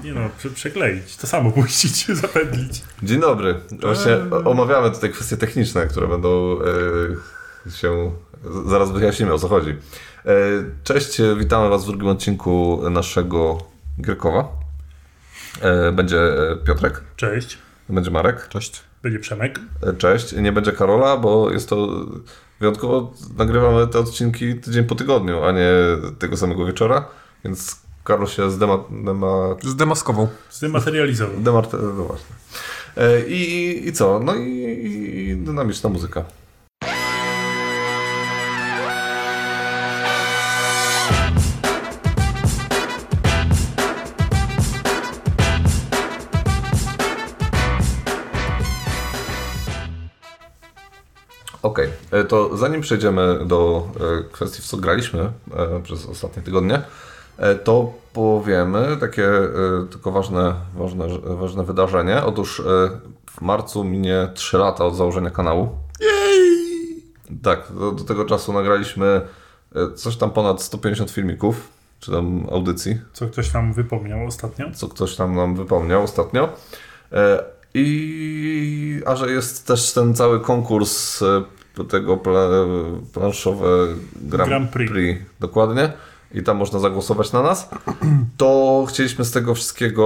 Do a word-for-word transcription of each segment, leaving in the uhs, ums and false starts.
Nie no, prze- przekleić, to samo puścić, zapędlić. Dzień dobry. Właśnie omawiamy tutaj kwestie techniczne, które będą e, się... Zaraz wyjaśnimy, o co chodzi. E, cześć, witamy Was w drugim odcinku naszego Gierkowa. E, będzie Piotrek. Cześć. Będzie Marek. Cześć. Będzie Przemek. E, cześć. Nie będzie Karola, bo jest to... Wyjątkowo nagrywamy te odcinki tydzień po tygodniu, a nie tego samego wieczora, więc Karol się zdema... Dema... Zdemaskował. Zdematerializował. Demart... No właśnie. E, i, I co? No i, i dynamiczna muzyka. Okej, okay. To zanim przejdziemy do kwestii, w co graliśmy przez ostatnie tygodnie, to powiemy takie tylko ważne, ważne, ważne wydarzenie. Otóż w marcu minie trzy lata od założenia kanału. Jej! Tak, do, do tego czasu nagraliśmy coś tam ponad sto pięćdziesiąt filmików, czy tam audycji. Co ktoś nam wypomniał ostatnio. Co ktoś tam nam wypomniał ostatnio. I a że jest też ten cały konkurs tego pla, planszowe Grand, Grand Prix. Prix, dokładnie, i tam można zagłosować na nas, to chcieliśmy z tego wszystkiego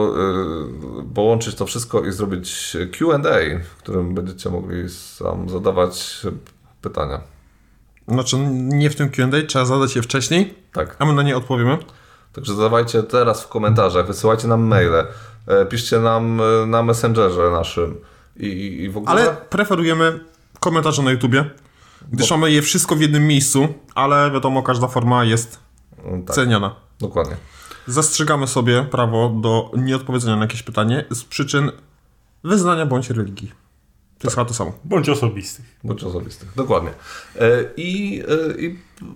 y, połączyć to wszystko i zrobić Q and A, w którym będziecie mogli sam zadawać pytania. Znaczy nie w tym Q and A, trzeba zadać je wcześniej, Tak. A my na nie odpowiemy. Także zadawajcie teraz w komentarzach, wysyłajcie nam maile, piszcie nam na Messengerze naszym i, i w ogóle... Ale preferujemy komentarze na YouTubie, gdyż Bo... mamy je wszystko w jednym miejscu, ale wiadomo, każda forma jest tak, ceniona. Dokładnie. Zastrzegamy sobie prawo do nieodpowiedzenia na jakieś pytanie z przyczyn wyznania bądź religii. To tak. jest chyba to samo. Bądź osobistych. Bądź osobistych, dokładnie. I... i...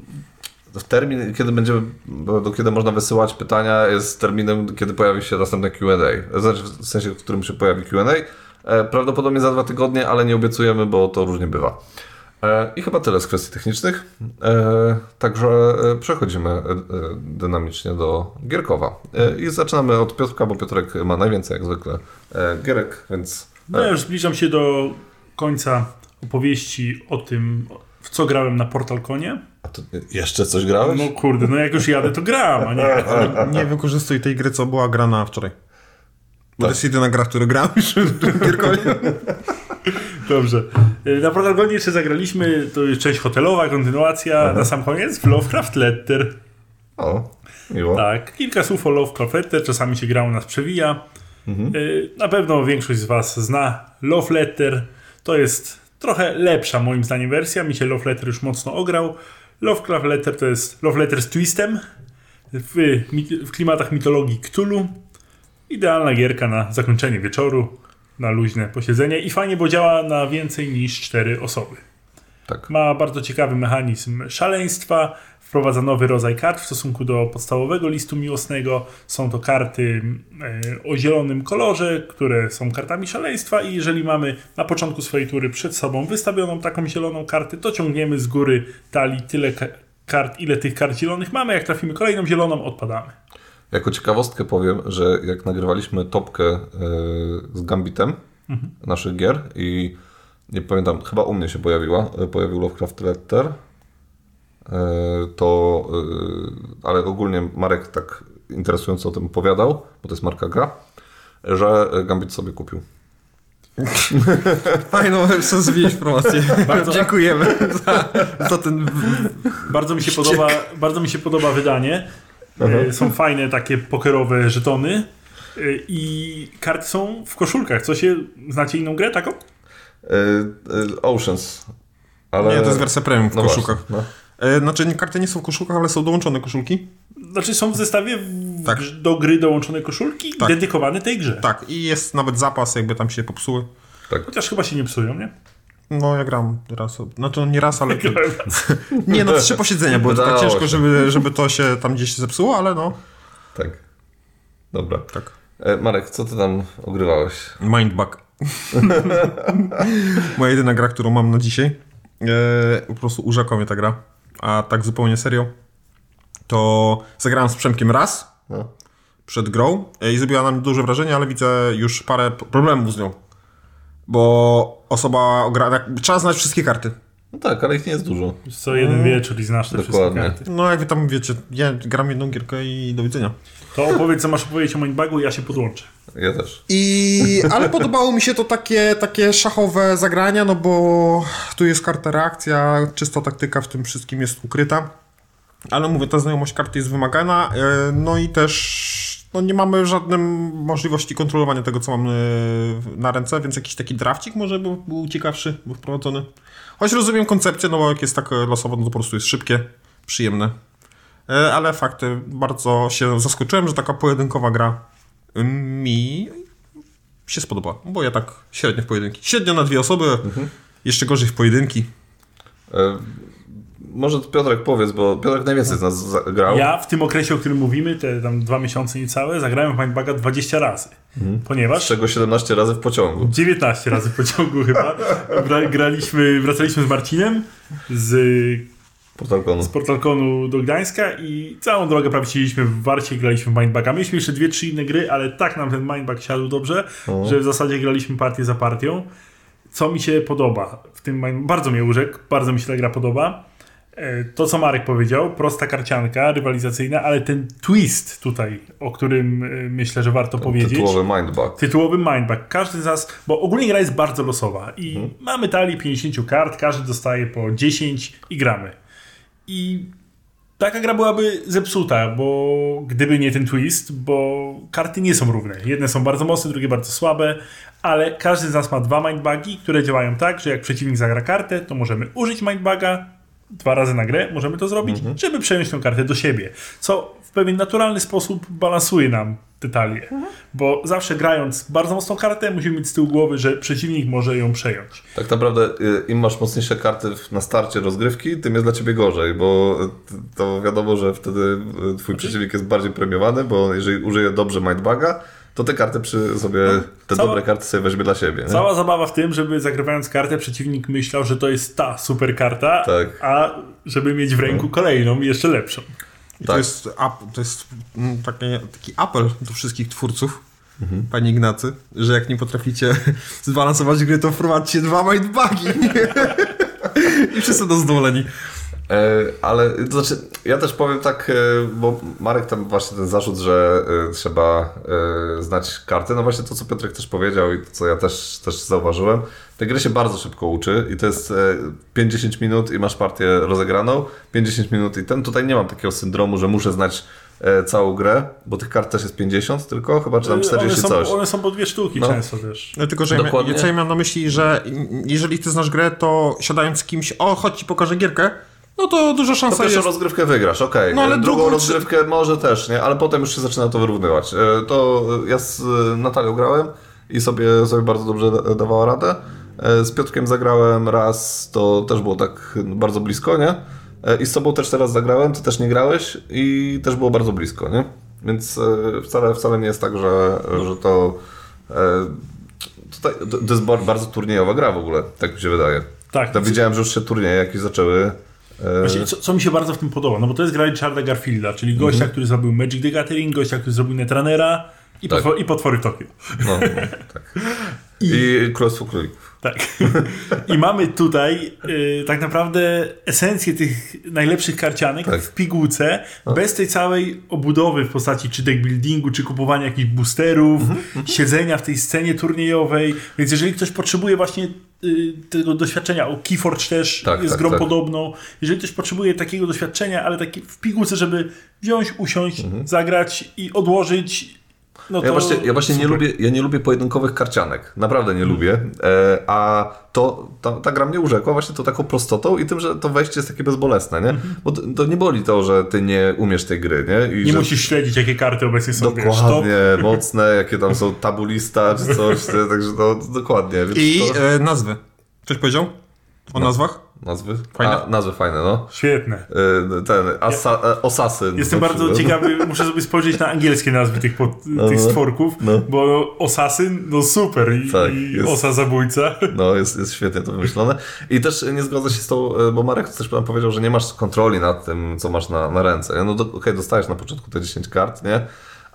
W termin, kiedy będziemy, do kiedy można wysyłać pytania, jest terminem, kiedy pojawi się następne Q and A. Znaczy w sensie, w którym się pojawi Q and A. Prawdopodobnie za dwa tygodnie, ale nie obiecujemy, bo to różnie bywa. I chyba tyle z kwestii technicznych. Także przechodzimy dynamicznie do Gierkowa. I zaczynamy od Piotrka, bo Piotrek ma najwięcej jak zwykle gierek, więc... No ja już zbliżam się do końca opowieści o tym, w co grałem na PortalConie. A to jeszcze coś grałeś? No kurde, no jak już jadę, to gram, a nie... Ale nie wykorzystuj tej gry, co była grana wczoraj. Bo tak. To jest jedyna gra, w której grałem już w Gierkowie. Dobrze. Na PortalConie jeszcze zagraliśmy, to jest część hotelowa, kontynuacja. Aha. Na sam koniec w Lovecraft Letter. O, miło. Tak, kilka słów o Lovecraft Letter, czasami się gra u nas przewija. Mhm. Na pewno większość z Was zna Love Letter. To jest trochę lepsza moim zdaniem wersja. Mi się Love Letter już mocno ograł. Lovecraft Letter to jest Love Letter z twistem w, w klimatach mitologii Cthulhu. Idealna gierka na zakończenie wieczoru, na luźne posiedzenie i fajnie, bo działa na więcej niż cztery osoby. Tak. Ma bardzo ciekawy mechanizm szaleństwa, wprowadza nowy rodzaj kart w stosunku do podstawowego listu miłosnego. Są to karty e, o zielonym kolorze, które są kartami szaleństwa i jeżeli mamy na początku swojej tury przed sobą wystawioną taką zieloną kartę, to ciągniemy z góry talii tyle ka- kart, ile tych kart zielonych mamy. Jak trafimy kolejną zieloną, odpadamy. Jako ciekawostkę powiem, że jak nagrywaliśmy topkę yy, z Gambitem mhm. naszych gier i nie pamiętam, chyba u mnie się pojawiła, pojawił Lovecraft Letter, yy, to, yy, ale ogólnie Marek tak interesująco o tym opowiadał, bo to jest marka gra, że Gambit sobie kupił. Fajną rozwijać informację. Bardzo dziękujemy za, za ten... Bardzo mi się podoba, bardzo mi się podoba wydanie. Aha. Są fajne takie pokerowe żetony i karty są w koszulkach. Co się... Znacie inną grę taką? Oceans. Ale... Nie, to jest wersja premium w no koszulkach. Właśnie, no. Znaczy karty nie są w koszulkach, ale są dołączone koszulki. Znaczy są w zestawie w... tak. do gry dołączone koszulki tak. dedykowane tej grze. Tak, i jest nawet zapas, jakby tam się popsuły. Tak. Chociaż chyba się nie psują, nie? No ja gram raz, no to nie raz, ale... nie, no trzy posiedzenia, bo to tak ciężko, żeby, żeby to się tam gdzieś zepsuło, ale no... Tak. Dobra. Tak. E, Marek, co ty tam ogrywałeś? Mindbug. Moja jedyna gra, którą mam na dzisiaj. E, po prostu urzekła mnie ta gra. A tak zupełnie serio, to zagrałem z Przemkiem raz. No. przed grą i zrobiła na mnie duże wrażenie, ale widzę już parę problemów z nią. Bo osoba ogra... Trzeba znać wszystkie karty. No tak, ale ich nie jest dużo. Co jeden wieczór i znasz te wszystkie karty. No jak wy tam wiecie, ja gram jedną gierkę i do widzenia. To opowiedz, co masz opowiedzieć o Mindbugu i ja się podłączę. Ja też. I... Ale podobało mi się to takie, takie szachowe zagrania, no bo tu jest karta reakcja, czysto taktyka w tym wszystkim jest ukryta. Ale mówię, ta znajomość karty jest wymagana, no i też no nie mamy żadnej możliwości kontrolowania tego, co mamy na ręce, więc jakiś taki drafcik może był, był ciekawszy, był wprowadzony. Choć rozumiem koncepcję, no bo jak jest tak losowo, no to po prostu jest szybkie, przyjemne. Ale fakty, bardzo się zaskoczyłem, że taka pojedynkowa gra mi się spodoba, bo ja tak średnio w pojedynki. Średnio na dwie osoby, mhm. jeszcze gorzej w pojedynki. E, może Piotrek powiedz, bo Piotrek najwięcej z nas grał. Ja w tym okresie, o którym mówimy, te tam dwa miesiące niecałe, zagrałem w Mindbuga dwadzieścia razy. Mhm. Ponieważ... Z czego siedemnaście razy w pociągu. dziewiętnaście razy w pociągu chyba. Gra, graliśmy, wracaliśmy z Marcinem z... Portalkonu. Z Portalkonu do Gdańska i całą drogę prawie siedzieliśmy w Warcie i graliśmy w Mindbuga. Mieliśmy jeszcze dwie, trzy inne gry, ale tak nam ten Mindbug siadł dobrze, o. że w zasadzie graliśmy partię za partią. Co mi się podoba w tym Mindbugu, bardzo mnie urzekł, bardzo mi się ta gra podoba. To, co Marek powiedział, prosta karcianka, rywalizacyjna, ale ten twist tutaj, o którym myślę, że warto ten powiedzieć. Tytułowy Mindbug. Tytułowy Mindbug. Każdy z nas, bo ogólnie gra jest bardzo losowa i hmm. mamy talii pięćdziesiąt kart, każdy dostaje po dziesięć i gramy. I taka gra byłaby zepsuta, bo gdyby nie ten twist, bo karty nie są równe. Jedne są bardzo mocne, drugie bardzo słabe, ale każdy z nas ma dwa Mindbugi, które działają tak, że jak przeciwnik zagra kartę, to możemy użyć Mindbuga dwa razy na grę, możemy to zrobić, mhm. żeby przejąć tę kartę do siebie. Co w pewien naturalny sposób balansuje nam te talie. Mhm. Bo zawsze grając bardzo mocną kartę, musimy mieć z tyłu głowy, że przeciwnik może ją przejąć. Tak naprawdę im masz mocniejsze karty na starcie rozgrywki, tym jest dla ciebie gorzej, bo to wiadomo, że wtedy twój okay. przeciwnik jest bardziej premiowany, bo jeżeli użyje dobrze Mindbuga, to te karty przy sobie, no, te cała, dobre karty sobie weźmie dla siebie. Nie? Cała zabawa w tym, żeby zagrywając kartę, przeciwnik myślał, że to jest ta super karta, tak. a żeby mieć w ręku kolejną, jeszcze lepszą. I tak. to jest, to jest taki, taki apel do wszystkich twórców, mhm. panie Ignacy, że jak nie potraficie zbalansować gry, to wprowadźcie dwa Mindbugi. I wszyscy będą zadowoleni. E, ale to znaczy, ja też powiem tak, e, bo Marek tam właśnie ten zarzut, że e, trzeba e, znać karty, no właśnie to, co Piotrek też powiedział i to, co ja też, też zauważyłem, te gry się bardzo szybko uczy i to jest e, pięć do dziesięciu minut i masz partię rozegraną, pięć do dziesięciu minut i ten, tutaj nie mam takiego syndromu, że muszę znać e, całą grę, bo tych kart też jest pięćdziesiąt tylko, chyba czy tam czterdzieści one są, coś. One są po dwie sztuki no. często też. No, tylko, że ja, co ja miałem na myśli, że jeżeli ty znasz grę, to siadając z kimś, o chodź ci pokażę gierkę, no to duża szansa to pierwszą jest... rozgrywkę wygrasz, okej. Okay. No, ale drugą, drugą rozgrywkę czy... może też, nie? Ale potem już się zaczyna to wyrównywać. To ja z Natalią grałem i sobie, sobie bardzo dobrze dawała radę. Z Piotrkiem zagrałem raz, to też było tak bardzo blisko, nie? I z tobą też teraz zagrałem, ty też nie grałeś i też było bardzo blisko, nie? Więc wcale, wcale nie jest tak, że, że to... Tutaj, to jest bardzo turniejowa gra w ogóle, tak mi się wydaje. Tak. To widziałem, że już się turnieje jakieś zaczęły... Właśnie, co, co mi się bardzo w tym podoba, no bo to jest gra Richarda Garfielda, czyli gościa, mm-hmm. który zrobił Magic the Gathering, gościa, który zrobił Netrunnera i, tak. potwor, i Potwory w Tokio. No, tak. I, I Królestwo Królików. Tak. I mamy tutaj y, tak naprawdę esencję tych najlepszych karcianek tak. w pigułce, no. bez tej całej obudowy w postaci czy deck buildingu, czy kupowania jakichś boosterów, mm-hmm. siedzenia w tej scenie turniejowej. Więc jeżeli ktoś potrzebuje właśnie y, tego doświadczenia, o Keyforge też tak, jest tak, grą tak. podobną. Jeżeli ktoś potrzebuje takiego doświadczenia, ale takie w pigułce, żeby wziąć, usiąść, mm-hmm. zagrać i odłożyć. No ja właśnie, ja właśnie nie lubię, ja nie lubię pojedynkowych karcianek. Naprawdę nie lubię. E, a to, ta, ta gra mnie urzekła właśnie to taką prostotą i tym, że to wejście jest takie bezbolesne, nie? Bo to, to nie boli to, że ty nie umiesz tej gry, nie? I nie że... musisz śledzić, jakie karty obecnie są. Dokładnie, wiesz, mocne, jakie tam są tabulista czy coś, nie? Także no, dokładnie. Więc I to... e, nazwy. Ktoś powiedział o no. nazwach? Nazwy? Fajne. A, nazwy fajne, no. Świetne. Ten, asa, ja, Osasyn. Jestem bardzo ciekawy, muszę sobie spojrzeć na angielskie nazwy tych, pod, no, tych stworków, no. bo Osasyn, no super i, tak, i jest, Osa zabójca. No, jest, jest świetnie to wymyślone. I też nie zgodzę się z tą, bo Marek też tam powiedział, że nie masz kontroli nad tym, co masz na, na ręce. No okej, okay, dostajesz na początku te dziesięć kart, nie?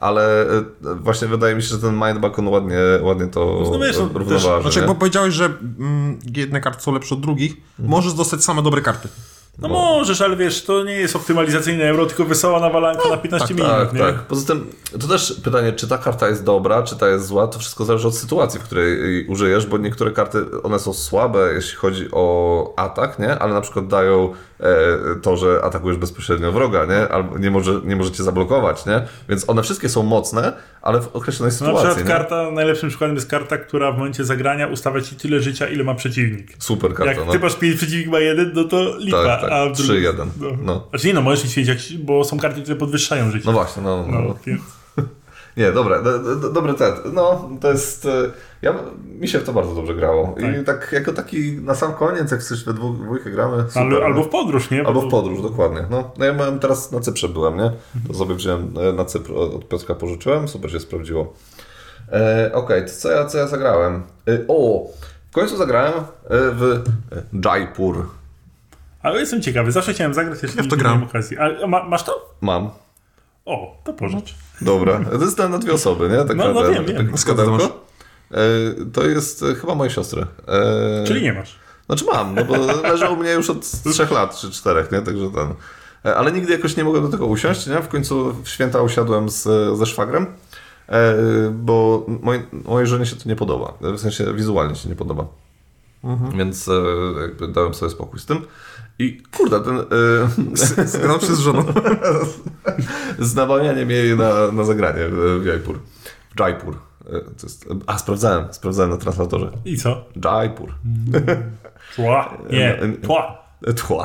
ale właśnie wydaje mi się, że ten Mindbuck on ładnie, ładnie to no wiesz, no, równoważy. Znaczy, bo powiedziałeś, że mm, jedne karty są lepsze od drugich, mhm. możesz dostać same dobre karty. No bo... możesz, ale wiesz, to nie jest optymalizacyjne euro, tylko wesoła nawalanka no, na piętnaście tak, minut. Tak, nie? tak. Poza tym to też pytanie, czy ta karta jest dobra, czy ta jest zła, to wszystko zależy od sytuacji, w której jej użyjesz, bo niektóre karty, one są słabe, jeśli chodzi o atak, nie? Ale na przykład dają e, to, że atakujesz bezpośrednio wroga, nie? Albo nie może, nie może cię zablokować, nie? Więc one wszystkie są mocne, ale w określonej sytuacji. No, na przykład nie? karta, najlepszym przykładem jest karta, która w momencie zagrania ustawia ci tyle życia, ile ma przeciwnik. Super karta, Jak no. ty masz pięć, przeciwnik ma jeden, no to lipa. Tak, tak. A w trzy jeden. No. No. Znaczy nie no, możesz mieć pięć, bo są karty, które podwyższają życie. No właśnie, no. no. no więc... Nie, dobra, do, do, dobry ten. No, to jest... Ja, mi się w to bardzo dobrze grało. Tak. I tak jako taki na sam koniec, jak chcesz we dwóch, dwójkę gramy, super. Albo, albo w podróż, nie? Albo w podróż, dokładnie. No, no ja miałem teraz na Cyprze byłem, nie? To sobie wziąłem na Cypr, od Piotrka pożyczyłem, super się sprawdziło. E, Okej, okay, co, ja, co ja zagrałem? E, o, w końcu zagrałem w Jaipur. Ale jestem ciekawy, zawsze chciałem zagrać, jeszcze ja nie to miałem okazji. A ma, masz to? Mam. O, to pożycz. Dobra, to jest na dwie osoby, nie? Tak no, no wiem, wiem. Skadełko. To jest chyba mojej siostry. E... Czyli nie masz? Znaczy mam, no bo leży u mnie już od trzech lat, czy czterech, nie? Także ten... Ale nigdy jakoś nie mogłem do tego usiąść, nie? W końcu w święta usiadłem z, ze szwagrem, bo moj, mojej żonie się to nie podoba. W sensie wizualnie się nie podoba. Mhm. Więc jakby dałem sobie spokój z tym. I kurde, ten... Yy, Zgrał się z żoną. z nabawianiem jej na, na zagranie w Jaipur. W Jaipur. To jest, a, sprawdzałem, sprawdzałem na translatorze. I co? Jaipur. Tła. Nie, tła. Tła.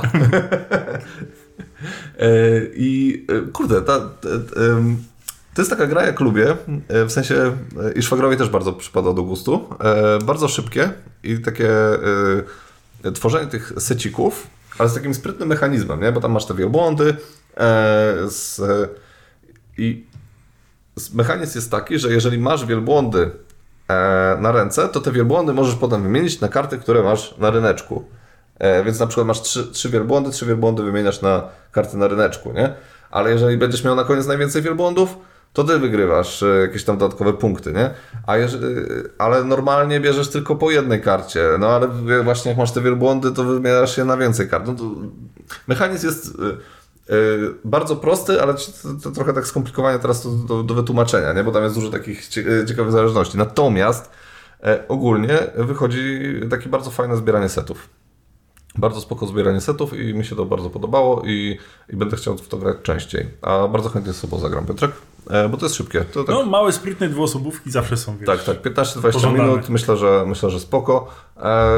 I kurde, ta, ta, to jest taka gra, jak lubię, w sensie i szwagrowi też bardzo przypada do gustu. Bardzo szybkie i takie tworzenie tych secików, ale z takim sprytnym mechanizmem, nie? Bo tam masz te wielbłądy z, i mechanizm jest taki, że jeżeli masz wielbłądy na ręce, to te wielbłądy możesz potem wymienić na karty, które masz na ryneczku. Więc na przykład masz trzy, trzy wielbłądy, trzy wielbłądy wymieniasz na karty na ryneczku, nie? Ale jeżeli będziesz miał na koniec najwięcej wielbłądów, to ty wygrywasz jakieś tam dodatkowe punkty, nie? A jeżeli, ale normalnie bierzesz tylko po jednej karcie, no ale właśnie jak masz te wielbłądy, to wymieniasz je na więcej kart. No to mechanizm jest y, y, bardzo prosty, ale to, to trochę tak skomplikowanie teraz to, do, do wytłumaczenia, nie? Bo tam jest dużo takich ciekawych zależności. Natomiast y, ogólnie wychodzi takie bardzo fajne zbieranie setów. Bardzo spoko zbieranie setów i mi się to bardzo podobało i, i będę chciał w to grać częściej. A bardzo chętnie z sobą zagram. Piotrek? E, bo to jest szybkie. To tak... No małe, sprytne dwuosobówki zawsze są, wiesz. Tak, tak. piętnaście do dwudziestu minut. Myślę, że myślę, że spoko. E,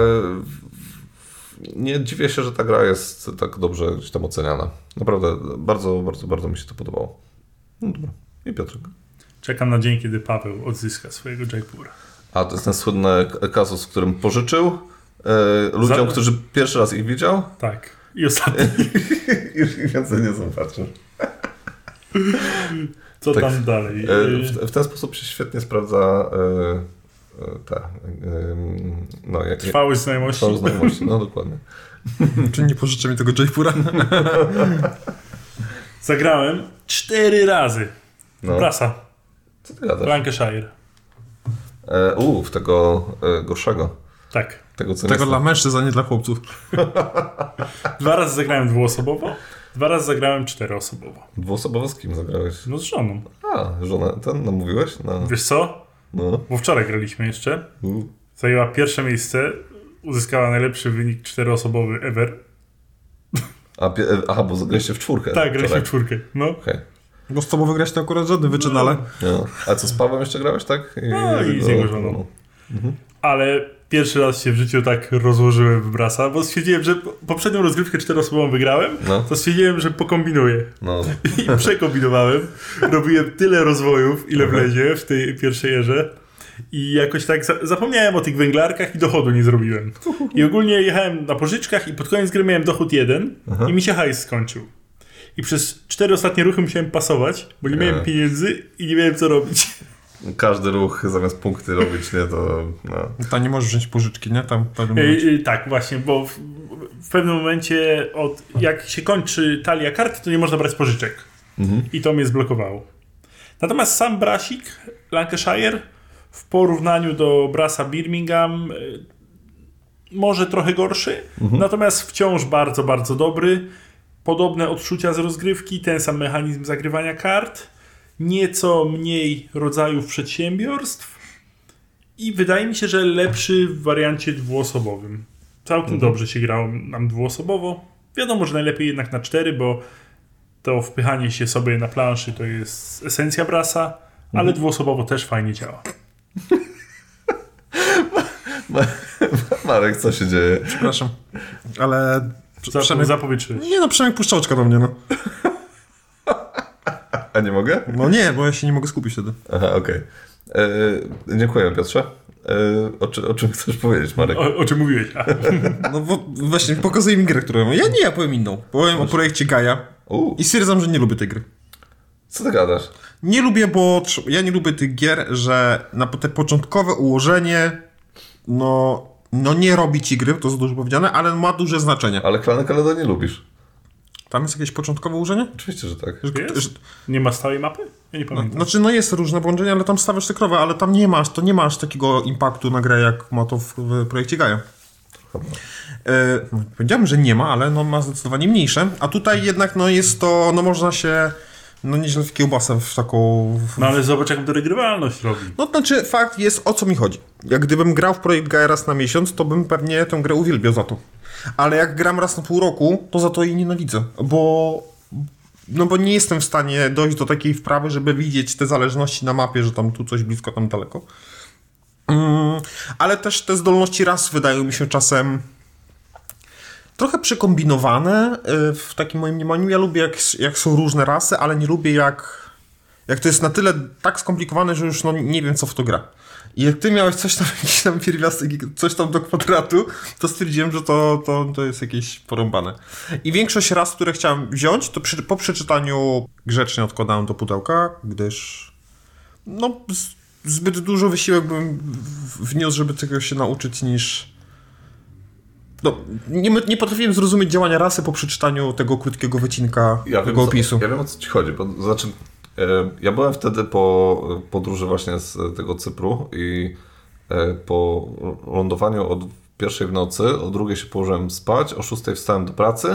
nie dziwię się, że ta gra jest tak dobrze gdzieś tam oceniana. Naprawdę bardzo, bardzo, bardzo mi się to podobało. No dobra. I Piotrek? Czekam na dzień, kiedy Paweł odzyska swojego Jaipura. A to jest ten słynny kazus, w którym pożyczył e, ludziom, Za... którzy pierwszy raz ich widział? Tak. I ostatni. Już ich więcej nie zobaczył. Co tak, tam dalej? W, w ten sposób się świetnie sprawdza e, ta e, no, jak, trwałość znajomości. Trwałość znajomości, no dokładnie. Czy nie pożyczę mi tego Jaipura? Zagrałem cztery razy. No. Prasa. Co ty gadasz? Lancashire. E, u, w tego e, gorszego. Tak. Tego, co tego dla mężczyzn, a nie dla chłopców. Dwa razy zagrałem dwuosobowo, dwa razy zagrałem czteroosobowo. Dwuosobowo z kim zagrałeś? No z żoną. A, żona, ten namówiłeś? No. Wiesz co? No. Bo wczoraj graliśmy jeszcze. U. Zajęła pierwsze miejsce, uzyskała najlepszy wynik czteroosobowy ever. A, aha, bo zagraliście w czwórkę. Tak, graliśmy w czwórkę. No. Okay. Bo z tobą wygrać to akurat żadny wyczyn, ale... No. A co, z Pawłem jeszcze grałeś, tak? I, no i z jego żoną. No. Mhm. Ale pierwszy raz się w życiu tak rozłożyłem w brasa, bo stwierdziłem, że poprzednią rozgrywkę czteroosobową wygrałem, no. To stwierdziłem, że pokombinuję. No. I przekombinowałem. Robiłem tyle rozwojów, ile wlezie w tej pierwszej erze. I jakoś tak za- zapomniałem o tych węglarkach i dochodu nie zrobiłem. I ogólnie jechałem na pożyczkach i pod koniec gry miałem dochód jeden. Aha. I mi się hajs skończył. I przez cztery ostatnie ruchy musiałem pasować, bo nie miałem Aha. pieniędzy i nie miałem co robić. Każdy ruch zamiast punkty robić, nie, to... No. Tam nie możesz wziąć pożyczki, nie? Tam e, e, tak, właśnie, bo w, w pewnym momencie od, jak się kończy talia kart, to nie można brać pożyczek. Mhm. I to mnie zblokowało. Natomiast sam brasik Lancashire w porównaniu do brasa Birmingham może trochę gorszy, mhm. natomiast wciąż bardzo, bardzo dobry. Podobne odczucia z rozgrywki, ten sam mechanizm zagrywania kart, nieco mniej rodzajów przedsiębiorstw i wydaje mi się, że lepszy w wariancie dwuosobowym. Całkiem mhm. dobrze się grało nam dwuosobowo. Wiadomo, że najlepiej jednak na cztery, bo to wpychanie się sobie na planszy to jest esencja brasa, mhm. ale dwuosobowo też fajnie działa. Marek, co się dzieje? Przepraszam, ale... Za, Przemek... Zapowietrzyłeś. Nie no, Przemek puszczoczka do mnie, no. A nie mogę? No nie, bo ja się nie mogę skupić wtedy. Aha, okej. Okay. Dziękuję, Piotrze. E, o, czy, o czym chcesz powiedzieć, Marek? O, o czym mówiłeś? No bo właśnie pokazuję mi grę, którą... Ja nie, ja powiem inną. Powiem Masz... o projekcie Gaia U. i stwierdzam, że nie lubię tej gry. Co ty gadasz? Nie lubię, bo ja nie lubię tych gier, że na te początkowe ułożenie no, no nie robi ci gry, to jest dużo powiedziane, ale ma duże znaczenie. Ale Klany Kaledonii lubisz. Tam jest jakieś początkowe ułożenie? Oczywiście, że tak. Że, że... Nie ma stałej mapy? Ja nie pamiętam. No, znaczy, no jest różne połączenie, ale tam stawiasz te krowy, ale tam nie masz, to nie masz takiego impaktu na grę, jak ma to w, w projekcie Gaia. E, powiedziałem, że nie ma, ale no ma zdecydowanie mniejsze, a tutaj jednak no jest to, no można się no nieźle w kiełbasę w taką... W... No ale zobacz, jak to regrywalność robi. No znaczy, fakt jest, o co mi chodzi. Jak gdybym grał w projekt Gaia raz na miesiąc, to bym pewnie tę grę uwielbiał za to. Ale jak gram raz na pół roku, to za to jej nienawidzę, bo... No bo nie jestem w stanie dojść do takiej wprawy, żeby widzieć te zależności na mapie, że tam tu coś blisko, tam daleko. Mm, ale też te zdolności ras wydają mi się czasem trochę przekombinowane w takim moim mniemaniu. Ja lubię, jak, jak są różne rasy, ale nie lubię, jak, jak to jest na tyle tak skomplikowane, że już no, nie wiem, co w to gra. I jak ty miałeś coś tam, jakiś tam pierwiastek, coś tam do kwadratu, to stwierdziłem, że to, to, to jest jakieś porąbane. I większość ras, które chciałem wziąć, to przy, po przeczytaniu grzecznie odkładałem do pudełka, gdyż no, z, zbyt dużo wysiłek bym wniósł, żeby tego się nauczyć, niż... No, nie, nie potrafiłem zrozumieć działania rasy po przeczytaniu tego krótkiego wycinka ja tego wiem, opisu. Co, ja wiem, o co ci chodzi, bo znaczy... Ja byłem wtedy po podróży właśnie z tego Cypru i po lądowaniu od pierwszej w nocy, o drugiej się położyłem spać, o szóstej wstałem do pracy,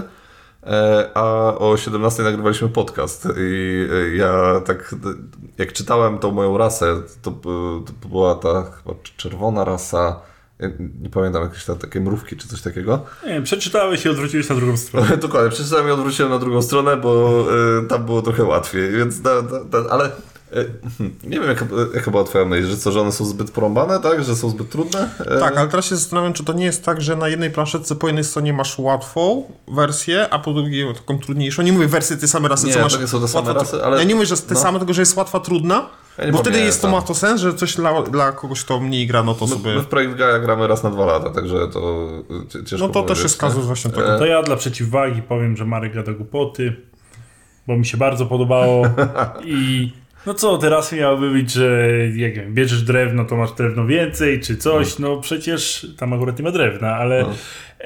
a o siedemnastej nagrywaliśmy podcast. I ja tak, jak czytałem tą moją rasę, to, to była ta chyba czerwona rasa, nie pamiętam, jakieś tam takie mrówki czy coś takiego. Nie wiem, przeczytałeś i odwróciłeś na drugą stronę. Dokładnie, przeczytałem i odwróciłem na drugą stronę, bo y, tam było trochę łatwiej, więc da, da, da, ale y, nie wiem, jaka, jaka była twoja myśl, że co, że one są zbyt porąbane, tak? Że są zbyt trudne? Y... Tak, ale teraz się zastanawiam, czy to nie jest tak, że na jednej planszetce po jednej stronie masz łatwą wersję, a po drugiej taką trudniejszą. Nie mówię wersje te same rasy, nie, co masz. Nie, to nie są te same łatwa, rasy, ale... Ja nie mówię, że te no. same, tylko że jest łatwa, trudna. Ja bo wtedy jest to ma to sens, że coś dla, dla kogoś, kto mniej gra, no to my, sobie... My w projekt Gaia gramy raz na dwa lata, także to ciężko No to też jest kazus właśnie tego. To ja dla przeciwwagi powiem, że Marek gada głupoty, bo mi się bardzo podobało i no co, teraz miałoby być, że jak wiem, bierzesz drewno, to masz drewno więcej, czy coś, no przecież tam akurat nie ma drewna, ale... No.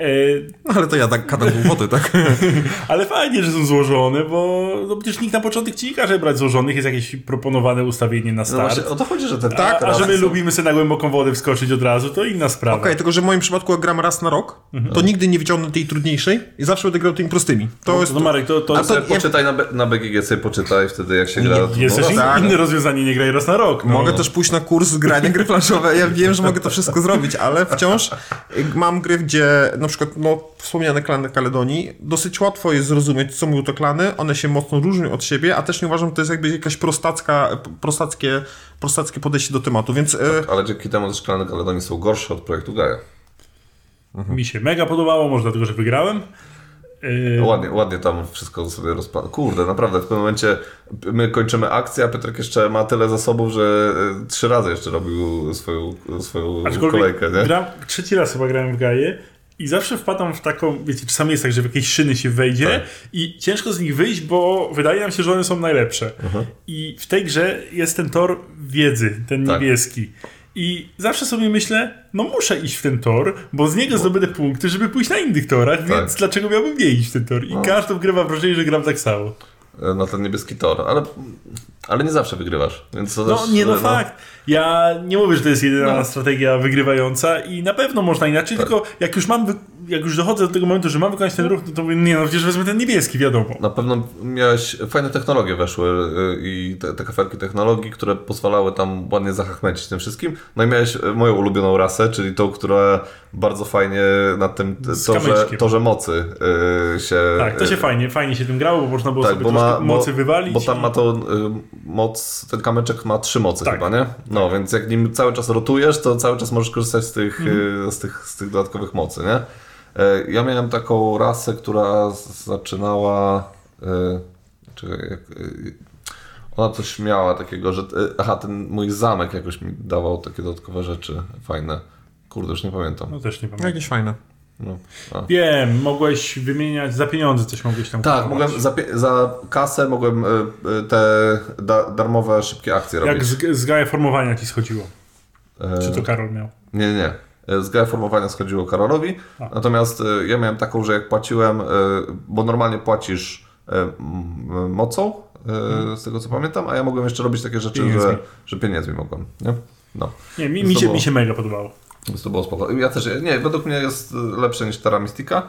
No ale to ja tak kadam głupoty, tak? Ale fajnie, że są złożone, bo no przecież nikt na początek ci nie każe brać złożonych, jest jakieś proponowane ustawienie na start. No właśnie, o to chodzi, że te tak, a, a że my są... lubimy sobie na głęboką wodę wskoczyć od razu, to inna sprawa. Okej, okay, tylko że w moim przypadku jak gram raz na rok, mhm. to nigdy nie wyciągnę tej trudniejszej i zawsze będę grał tymi prostymi. To no, jest... No Marek, to... to... A to poczytaj na, B, na B G G, sobie poczytaj wtedy jak się gra. Nie, jest też in, tak. inne rozwiązanie, nie graj raz na rok. No. Mogę też pójść na kurs grania gry planszowe, ja wiem, że mogę to wszystko zrobić, ale wciąż mam gry, gdzie na przykład no, wspomniane klany Kaledonii, dosyć łatwo jest zrozumieć, co mówią te klany, one się mocno różnią od siebie, a też nie uważam, że to jest jakby jakaś prostacka, prostackie, prostackie podejście do tematu, więc... Tak, ale dzięki temu też klany Kaledonii są gorsze od projektu Gaia. Mhm. Mi się mega podobało, może dlatego, że wygrałem. Yy... Ładnie, ładnie tam wszystko sobie rozpadało. Kurde, naprawdę, w pewnym momencie my kończymy akcję, a Piotrek jeszcze ma tyle zasobów, że trzy razy jeszcze robił swoją, swoją kolejkę, nie? Gram, trzeci raz chyba grałem w Gaię. I zawsze wpadam w taką, wiecie, czasami jest tak, że w jakieś szyny się wejdzie tak. i ciężko z nich wyjść, bo wydaje nam się, że one są najlepsze. Uh-huh. I w tej grze jest ten tor wiedzy, ten tak. niebieski. I zawsze sobie myślę, no muszę iść w ten tor, bo z niego no. zdobędę punkty, żeby pójść na innych torach, tak. więc dlaczego miałbym nie iść w ten tor? I no. każdą grę mam wrażenie, że gram tak samo. na ten niebieski tor, ale, ale nie zawsze wygrywasz. Więc to no też, nie, no, no fakt. Ja nie mówię, że to jest jedyna no. strategia wygrywająca i na pewno można inaczej, tak. Tylko jak już mam, wy... jak już dochodzę do tego momentu, że mam wykonać ten ruch, no to mówię, nie no, przecież wezmę ten niebieski, wiadomo. Na pewno miałeś, fajne technologie weszły i te, te kafelki technologii, które pozwalały tam ładnie zahachmęcić tym wszystkim. No i miałeś moją ulubioną rasę, czyli tą, która bardzo fajnie na tym torze, torze mocy yy, się... Tak, to się fajnie, fajnie się tym grało, bo można było tak, sobie troszkę ma, mocy bo, wywalić. Bo tam i... ma to y, moc, ten kamyczek ma trzy mocy tak. chyba, nie? No, tak. Więc jak nim cały czas rotujesz, to cały czas możesz korzystać z tych, mm. y, z tych, z tych dodatkowych mocy, nie? Y, ja miałem taką rasę, która zaczynała... Y, czekaj, jak, y, ona coś miała takiego, że... Y, aha, ten mój zamek jakoś mi dawał takie dodatkowe rzeczy fajne. Kurde, już nie pamiętam. No też nie pamiętam. Jakieś fajne. No, wiem, mogłeś wymieniać za pieniądze, coś mogłeś tam tak, kupować. mogłem za, za kasę mogłem y, y, te da, darmowe, szybkie akcje Jak robić. Jak z, z gaja formowania ci schodziło? E... Czy to Karol miał? Nie, nie. Z gaja formowania schodziło Karolowi, A. natomiast y, ja miałem taką, że jak płaciłem, y, bo normalnie płacisz y, y, mocą, y, hmm. z tego co pamiętam, a ja mogłem jeszcze robić takie rzeczy, pieniędzmi. że, że pieniędzmi mogłem. Nie, no. nie mi, mi, się, było... mi się mega podobało. Więc to było spoko. Ja też, nie, według mnie jest lepsze niż Terra Mystica.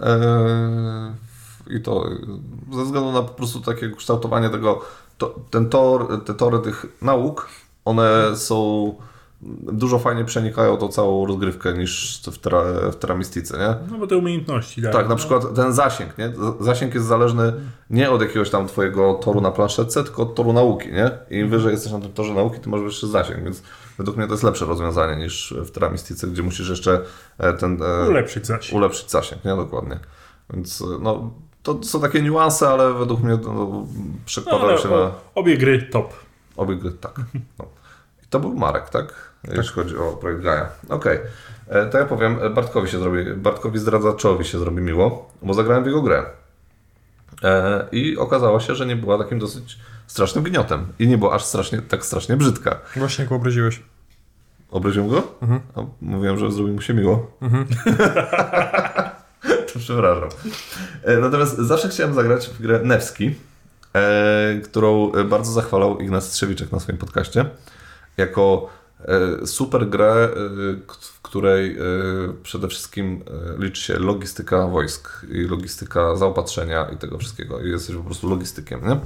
Yy, I to ze względu na po prostu takie kształtowanie tego, to, ten tor, te tory tych nauk, one są, dużo fajniej przenikają tą całą rozgrywkę niż w, terra, w Terra Mystice, nie? No bo te umiejętności, tak. Tak, na przykład ten zasięg, nie? Zasięg jest zależny nie od jakiegoś tam twojego toru na planszetce, tylko od toru nauki, nie? I im wyżej jesteś na tym torze nauki, tym masz wyższy zasięg, więc według mnie to jest lepsze rozwiązanie niż w Terra Mystice, gdzie musisz jeszcze ten... Ulepszyć zasięg. Ulepszyć zasięg, nie? Dokładnie. Więc no, to są takie niuanse, ale według mnie no, przekładają no, się na... Obie gry top. Obie gry, tak. No. I to był Marek, tak? Jeśli chodzi o projekt Gaia. Okej. Okay. To ja powiem, Bartkowi się zrobi, Bartkowi zdradzaczowi się zrobi miło, bo zagrałem w jego grę. I okazało się, że nie była takim dosyć strasznym gniotem. I nie była aż strasznie, tak strasznie brzydka. Właśnie go obraziłeś. Obraziłem go? Mhm. A mówiłem, że zrobi mu się miło. Mhm. To przepraszam. Natomiast zawsze chciałem zagrać w grę Nevski, e, którą bardzo zachwalał Ignacy Strzewiczek na swoim podcaście. Jako e, super grę, e, w której e, przede wszystkim e, liczy się logistyka wojsk i logistyka zaopatrzenia i tego wszystkiego. I jesteś po prostu logistykiem, nie?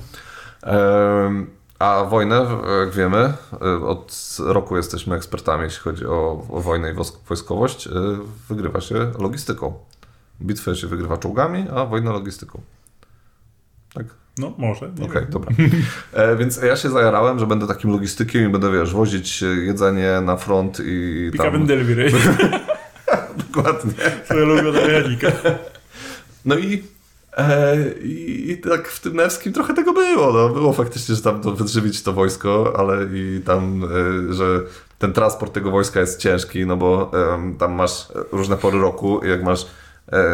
E, a wojnę, jak wiemy, od roku jesteśmy ekspertami, jeśli chodzi o, o wojnę i wojskowość, wygrywa się logistyką. Bitwę się wygrywa czołgami, a wojnę logistyką. Tak? No, może. Okej, okay, dobra. E, więc ja się zajarałem, że będę takim logistykiem i będę, wiesz, wozić jedzenie na front i Pick up and delivery. Dokładnie. Twoja ulubiona mechanika. No i E, I, I tak w tym Nevskim trochę tego było. No. Było faktycznie, że tam to wyżywić to wojsko, ale i tam, e, że ten transport tego wojska jest ciężki, no bo e, tam masz różne pory roku i jak masz e,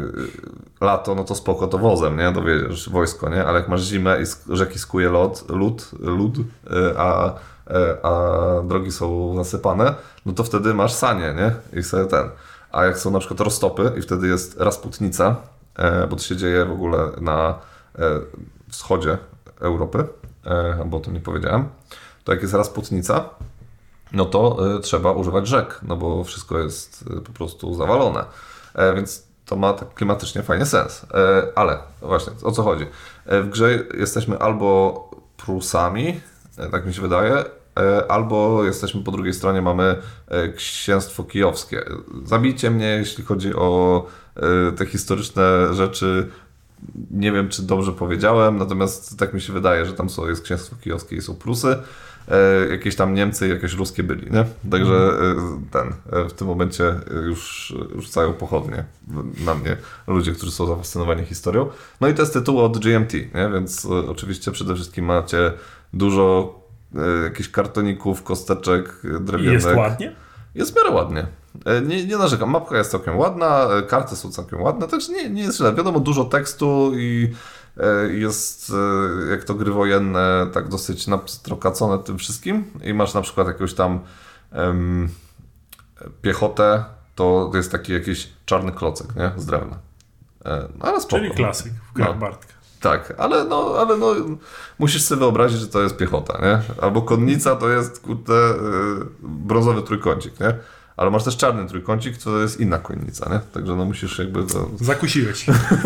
lato, no to spoko, to wozem, nie? Dowieziesz wojsko, nie? Ale jak masz zimę i rzeki skuje lód, lód, lód e, a, e, a drogi są zasypane, no to wtedy masz sanie, nie? I sobie ten. A jak są na przykład roztopy i wtedy jest Rasputnica, bo to się dzieje w ogóle na wschodzie Europy, bo o tym nie powiedziałem, to jak jest Rasputnica, no to trzeba używać rzek, no bo wszystko jest po prostu zawalone. Więc to ma tak klimatycznie fajnie sens. Ale właśnie, o co chodzi? W grze jesteśmy albo Prusami, tak mi się wydaje, albo jesteśmy po drugiej stronie, mamy księstwo kijowskie. Zabijcie mnie, jeśli chodzi o te historyczne rzeczy. Nie wiem, czy dobrze powiedziałem, natomiast tak mi się wydaje, że tam są, jest księstwo kijowskie i są Prusy. Jakieś tam Niemcy i jakieś ruskie byli, nie? Także ten, w tym momencie już rzucają pochodnie na mnie ludzie, którzy są zafascynowani historią. No i to jest tytuł od G M T, nie? Więc oczywiście przede wszystkim macie dużo jakichś kartoników, kosteczek drewnianych. Jest ładnie? Jest w miarę ładnie. Nie, nie narzekam. Mapka jest całkiem ładna, karty są całkiem ładne, także nie, nie jest źle. Wiadomo, dużo tekstu i jest, jak to gry wojenne, tak dosyć nastrokacone tym wszystkim. I masz na przykład jakąś tam um, piechotę, to jest taki jakiś czarny klocek, nie? Z drewna. No, ale spoko. Czyli klasyk w grach no. Bartka. Tak, ale no, ale no musisz sobie wyobrazić, że to jest piechota, nie? Albo konnica to jest, kurde, yy, brązowy trójkącik, nie? Ale masz też czarny trójkącik, to jest inna konnica, nie? Także no musisz jakby to... Zakusiłeś.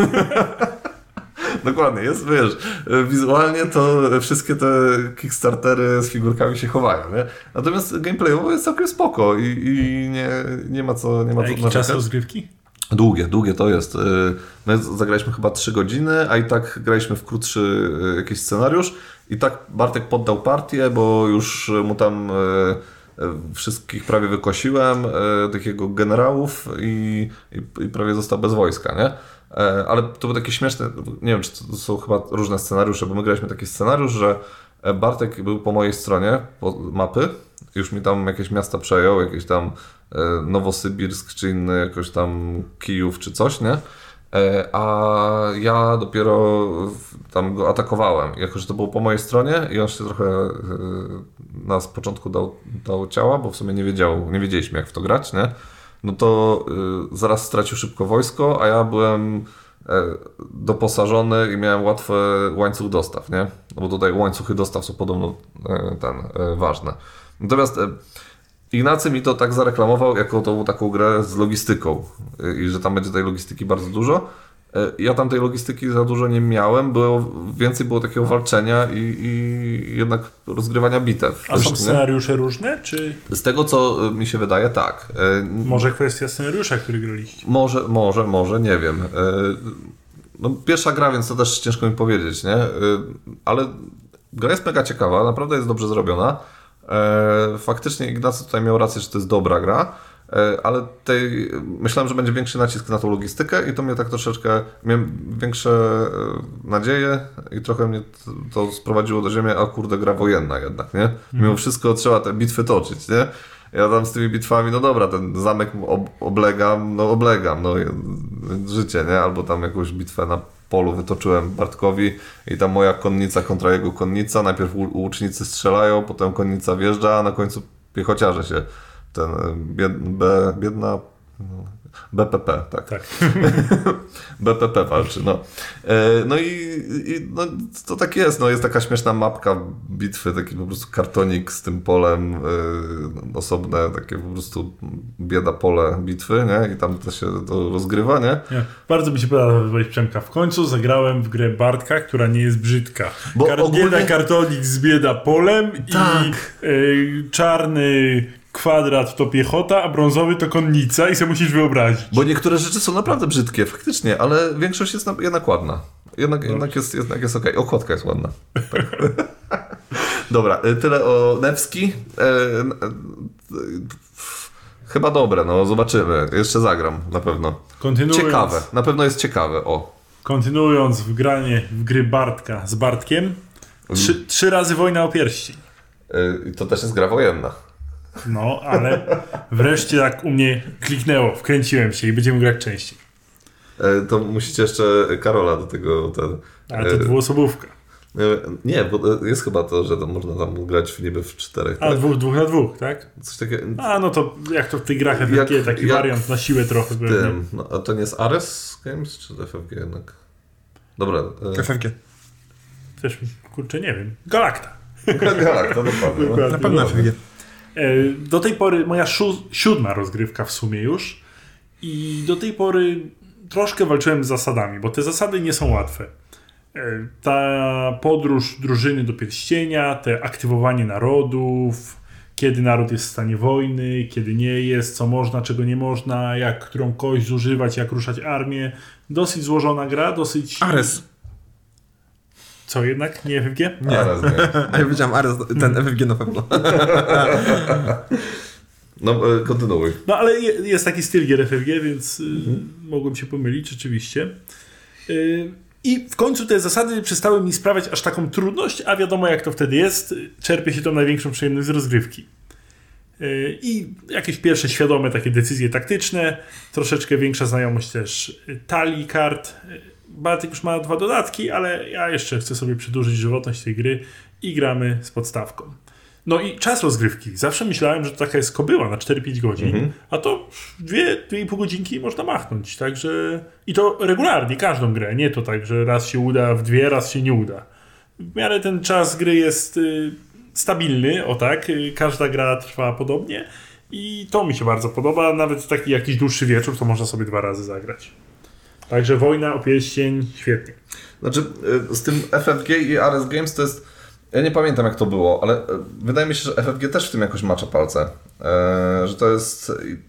Dokładnie, jest, wiesz, wizualnie to wszystkie te Kickstartery z figurkami się chowają, nie? Natomiast gameplayowo jest całkiem spoko i, i nie, nie ma co nie ma A co jaki narzekać. czas rozgrywki? Długie, długie to jest. My zagraliśmy chyba trzy godziny, a i tak graliśmy w krótszy jakiś scenariusz i tak Bartek poddał partię, bo już mu tam wszystkich prawie wykosiłem, takiego generałów i, i, i prawie został bez wojska, nie? Ale to było takie śmieszne, nie wiem, czy to są chyba różne scenariusze, bo my graliśmy taki scenariusz, że Bartek był po mojej stronie po mapy, już mi tam jakieś miasta przejął, jakieś tam Nowosybirsk, czy inny jakoś tam Kijów, czy coś, nie? A ja dopiero tam go atakowałem. Jako że to było po mojej stronie i on się trochę na z początku dał, dał ciała, bo w sumie nie wiedział, nie wiedzieliśmy jak w to grać, nie? No to y, zaraz stracił szybko wojsko, a ja byłem y, doposażony i miałem łatwy łańcuch dostaw, nie? No bo tutaj łańcuchy dostaw są podobno y, ten, y, ważne. Natomiast y, Ignacy mi to tak zareklamował jako tą taką grę z logistyką y, i że tam będzie tej logistyki bardzo dużo. Y, ja tam tej logistyki za dużo nie miałem, było, więcej było takiego walczenia i, i jednak rozgrywania bitew. A są scenariusze różne, czy... Z tego, co mi się wydaje, tak. Może kwestia scenariusza, który graliście? Może, może, może, nie wiem. No, pierwsza gra, więc to też ciężko mi powiedzieć, nie? Ale gra jest mega ciekawa, naprawdę jest dobrze zrobiona. Faktycznie Ignacy tutaj miał rację, że to jest dobra gra, ale tej, myślałem, że będzie większy nacisk na tą logistykę i to mnie tak troszeczkę, miałem większe nadzieje i trochę mnie to sprowadziło do ziemi, a kurde, gra wojenna jednak, nie? Mimo wszystko trzeba te bitwy toczyć, nie? Ja tam z tymi bitwami, no dobra, ten zamek ob- oblegam, no oblegam, no życie, nie? Albo tam jakąś bitwę na polu wytoczyłem Bartkowi i tam moja konnica kontra jego konnica, najpierw łucznicy strzelają, potem konnica wjeżdża, a na końcu piechociarze się, ten bied, B, biedna... B P P, tak. tak. B P P walczy, no. No i, i no, to tak jest, no jest taka śmieszna mapka bitwy, taki po prostu kartonik z tym polem, yy, osobne takie po prostu bieda pole bitwy, nie? I tam to się to rozgrywa, nie? nie. Bardzo mi się podoba wypowiedź Przemka. W końcu zagrałem w grę Bartka, która nie jest brzydka. Bo Kar- ogólnie... Bieda kartonik z bieda polem tak. i yy, czarny kwadrat to piechota, a brązowy to konnica i sobie musisz wyobrazić. Bo niektóre rzeczy są naprawdę brzydkie, faktycznie, ale większość jest jednak ładna. Jednak, jednak jest, jednak jest okej. Okay. Okładka jest ładna. Tak. Dobra, tyle o Nevski. Chyba dobre, no zobaczymy. Jeszcze zagram, na pewno. Kontynuując, ciekawe, na pewno jest ciekawe, o. Kontynuując w granie w gry Bartka z Bartkiem, trzy, trzy razy Wojna o Pierścień. I to też jest gra wojenna. No, ale wreszcie tak u mnie kliknęło, wkręciłem się i będziemy grać częściej. To musicie jeszcze Karola do tego... Ten, ale to dwuosobówka. Nie, bo jest chyba to, że to można tam grać niby w czterech. A tak? dwóch, dwóch na dwóch, tak? Coś takiego... A no to jak to w tych grach F F G, jak, taki jak wariant na siłę trochę. Tym, no, a to nie jest Ares Games czy F F G jednak? Dobra. E... F F G. Też, kurczę, nie wiem. Galacta. Galacta, dokładnie. No. Na pewno F F G. Do tej pory moja szu- siódma rozgrywka w sumie już i do tej pory troszkę walczyłem z zasadami, bo te zasady nie są łatwe. Ta podróż drużyny do pierścienia, te aktywowanie narodów, kiedy naród jest w stanie wojny, kiedy nie jest, co można, czego nie można, jak którą kość zużywać, jak ruszać armię. Dosyć złożona gra, dosyć... Ares. Co jednak? Nie F F G? Nie. Ares, nie. A ja wiedziałem Ares, ten F F G na pewno. No, kontynuuj. No, ale jest taki styl gier F F G, więc mhm. y, mogłem się pomylić rzeczywiście. Y, I w końcu te zasady przestały mi sprawiać aż taką trudność, a wiadomo jak to wtedy jest. Czerpie się tą największą przyjemność z rozgrywki. Y, I jakieś pierwsze świadome takie decyzje taktyczne, troszeczkę większa znajomość też talii kart. Bartek już ma dwa dodatki, ale ja jeszcze chcę sobie przedłużyć żywotność tej gry i gramy z podstawką. No i czas rozgrywki. Zawsze myślałem, że to taka jest kobyła na cztery pięć godzin, mhm. a to dwie, dwie i pół godzinki można machnąć. Także i to regularnie, każdą grę. Nie to tak, że raz się uda w dwie, raz się nie uda. W miarę ten czas gry jest y, stabilny, o tak. Y, każda gra trwa podobnie i to mi się bardzo podoba. Nawet taki jakiś dłuższy wieczór, to można sobie dwa razy zagrać. Także Wojna o Pierścień, świetnie. Znaczy y, z tym F F G i R S Games to jest... Ja nie pamiętam jak to było, ale wydaje mi się, że F F G też w tym jakoś macza palce. Eee, że to jest...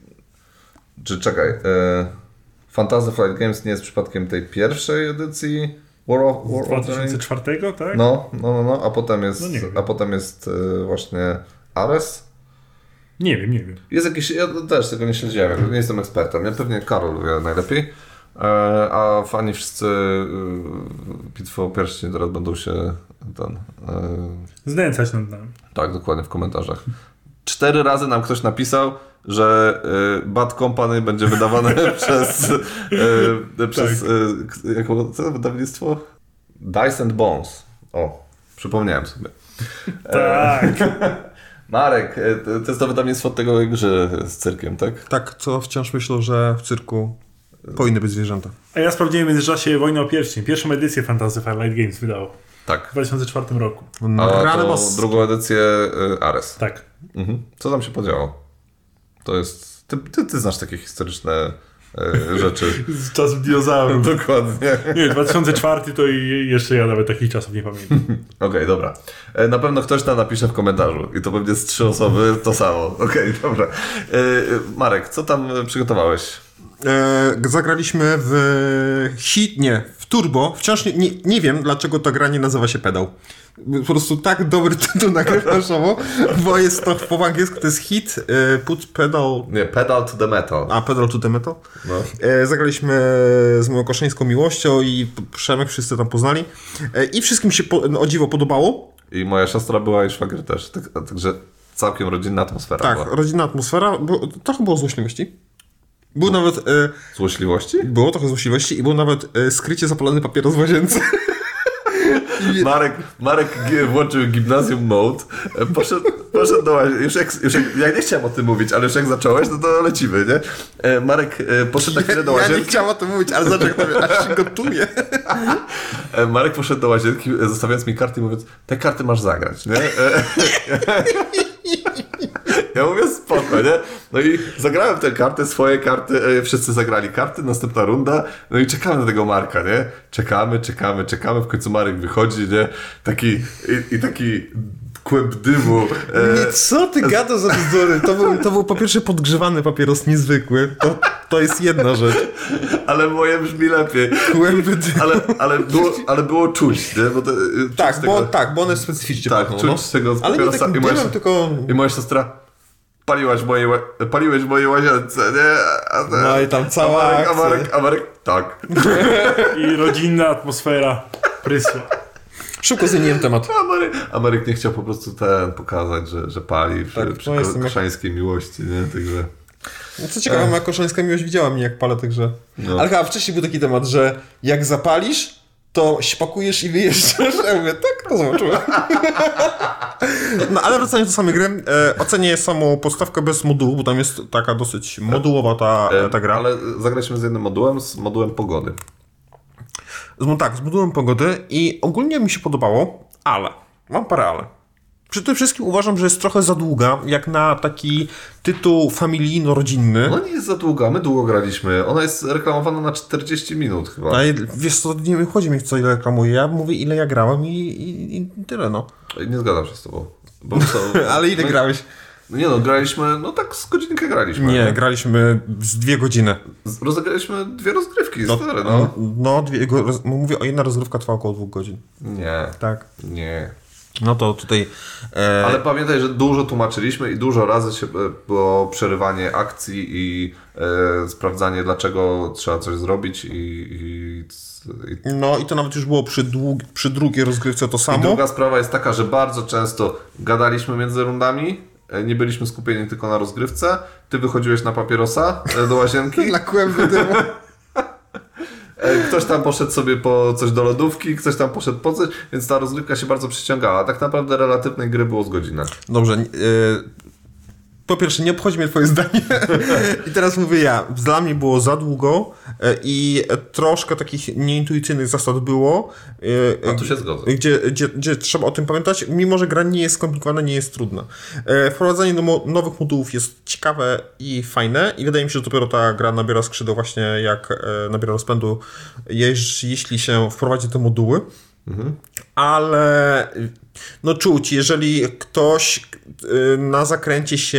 Czy czekaj... Eee, Fantasy Flight Games nie jest przypadkiem tej pierwszej edycji War of War dwa tysiące czwartego, tak? No, no, no, no, a potem jest, no a potem jest e, właśnie Ares. Nie wiem, nie wiem. Jest jakiś... Ja też tego nie śledziłem, nie jestem ekspertem. Ja pewnie Karol wie najlepiej. A fani wszyscy Bitwy o Pierścień teraz będą się ten, znęcać nad nami. Tak, dokładnie, w komentarzach. Cztery razy nam ktoś napisał, że Bad Company będzie wydawane przez przez tak. Jaką, co wydawnictwo? Dice and Bones. O, przypomniałem sobie. Tak. Marek, to jest to wydawnictwo od tego grze z cyrkiem, tak? Tak, co wciąż myślę, że w cyrku powinny być zwierzęta. A ja sprawdziłem w międzyczasie Wojnę o Pierścień. Pierwszą edycję Fantasy Flight Games wydało. Tak. W dwa tysiące czwartym roku. A to drugą edycję Ares. Tak. Mhm. Co tam się podziało? To jest... Ty, ty, ty znasz takie historyczne e, rzeczy. Z czasów dinozaurów. Dokładnie. Nie, dwa tysiące czwarty to i jeszcze ja nawet takich czasów nie pamiętam. Okej, okay, dobra. E, na pewno ktoś tam napisze w komentarzu i to pewnie z trzy osoby to samo. Okej, okay, dobra. E, Marek, co tam przygotowałeś? E, zagraliśmy w hit, nie, w Turbo. Wciąż nie, nie, nie wiem, dlaczego ta gra nie nazywa się Pedał. Po prostu tak dobry tytuł na grę planszową, bo jest to po angielsku, to jest hit, e, put pedal... Nie, Pedal to the Metal. A, Pedal to the Metal. No. E, zagraliśmy z moją koszyńską miłością i Przemek, wszyscy tam poznali. E, I wszystkim się po, no, o dziwo podobało. I moja siostra była i szwagier też, tak, także całkiem rodzinna atmosfera Tak, była. rodzinna atmosfera, bo, trochę było złośliwości. Był nawet... E, Złośliwości? Było trochę złośliwości i był nawet e, skrycie zapalony papieros w łazience. Marek, Marek włączył gimnazjum mode, poszedł, poszedł do łazienki, już, jak, już jak, ja nie chciałem o tym mówić, ale już jak zacząłeś, no to lecimy, nie? Marek poszedł na chwilę do łazienki. Ja nie chciałem o tym mówić, ale zobacz jak to aż się gotuje. Marek poszedł do łazienki, zostawiając mi karty i mówiąc, te karty masz zagrać, nie? Ja mówię, spoko, nie? No i zagrałem tę kartę, swoje karty, wszyscy zagrali karty, następna runda, no i czekamy na tego Marka, nie? Czekamy, czekamy, czekamy, w końcu Marek wychodzi, nie? Taki, i, i taki kłęb dymu. Nie, co ty gadasz za bzdury? To był, to był po pierwsze podgrzewany papieros niezwykły, to, to jest jedna rzecz. Ale moje brzmi lepiej. Kłęby dymu. Ale, ale, było, ale było czuć, nie? Bo to, tak, czuć bo, tego, tak, bo one specyficznie tak, pachną, czuć no. z tego ale nie takim dymem, tylko... I moja siostra... Paliłaś w mojej, paliłeś w mojej łazience, nie? A te, no i tam cała a Marek, akcja. a Marek, a Marek, tak. I rodzinna atmosfera prysła. Szybko zmieniłem temat. A Marek, a Marek nie chciał po prostu ten pokazać, że, że pali przy, tak, przy no ko- koszańskiej jak... miłości, nie? Także... No co ciekawe, moja koszańska miłość widziała mnie jak palę, także... No. Ale chyba wcześniej był taki temat, że jak zapalisz, to śpakujesz i wyjeżdżasz. Ja mówię, tak, to zobaczyłem. No ale wracając do samej gry, e, ocenię samą podstawkę bez modułu, bo tam jest taka dosyć modułowa ta, e, ta gra. Ale zagraliśmy z jednym modułem, z modułem pogody. No tak, z modułem pogody i ogólnie mi się podobało, ale, mam parę ale. Przy tym wszystkim uważam, że jest trochę za długa, jak na taki tytuł familijno-rodzinny. No nie jest za długa, my długo graliśmy. Ona jest reklamowana na czterdzieści minut chyba. No, wiesz co, nie chodzi mi co ile reklamuję, ja mówię ile ja grałem i, i, i tyle no. Nie zgadzam się z tobą. Bo to, ale ile no, grałeś? No nie no, graliśmy, no tak z godzinkę graliśmy. Nie, nie? graliśmy z dwie godziny. Rozegraliśmy dwie rozgrywki, no, stary, no. No, dwie, roz, mówię o jedna rozgrywka trwała około dwóch godzin. Nie. Tak. Nie. No to tutaj... E... Ale pamiętaj, że dużo tłumaczyliśmy i dużo razy się było przerywanie akcji i e, sprawdzanie, dlaczego trzeba coś zrobić i, i, i... No i to nawet już było przy, dług, przy drugiej rozgrywce to samo. I druga sprawa jest taka, że bardzo często gadaliśmy między rundami, nie byliśmy skupieni tylko na rozgrywce, ty wychodziłeś na papierosa do łazienki. Dla kłęby dymu. Ktoś tam poszedł sobie po coś do lodówki, ktoś tam poszedł po coś, więc ta rozgrywka się bardzo przyciągała. Tak naprawdę relatywnej gry było z godzinę. Dobrze. Yy... Po pierwsze, nie obchodzi mnie twoje zdanie. I teraz mówię ja. Dla mnie było za długo i troszkę takich nieintuicyjnych zasad było. A tu się zgodzę. Gdzie, gdzie, gdzie trzeba o tym pamiętać, mimo że gra nie jest skomplikowana, nie jest trudna. Wprowadzanie do mo- nowych modułów jest ciekawe i fajne i wydaje mi się, że dopiero ta gra nabiera skrzydła właśnie jak nabiera rozpędu, jeż, jeśli się wprowadzi te moduły. Mhm. Ale no czuć, jeżeli ktoś y, na zakręcie się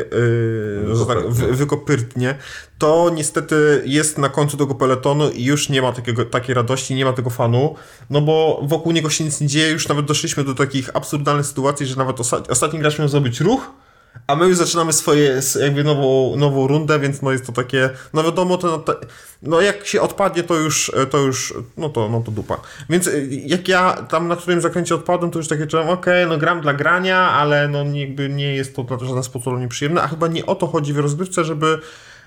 y, że tak, wy, wykopyrtnie, to niestety jest na końcu tego peletonu i już nie ma takiego, takiej radości, nie ma tego fanu, no bo wokół niego się nic nie dzieje, już nawet doszliśmy do takich absurdalnych sytuacji, że nawet osta- ostatni gracz miał zrobić ruch, a my już zaczynamy swoje jakby nową, nową rundę, więc no jest to takie, no wiadomo, to, to, no jak się odpadnie, to już, to już, no to, no to dupa. Więc jak ja tam na którym zakręcie odpadłem, to już takie czułem, okej, okay, no gram dla grania, ale no jakby nie jest to w żaden sposób nieprzyjemne, a chyba nie o to chodzi w rozgrywce, żeby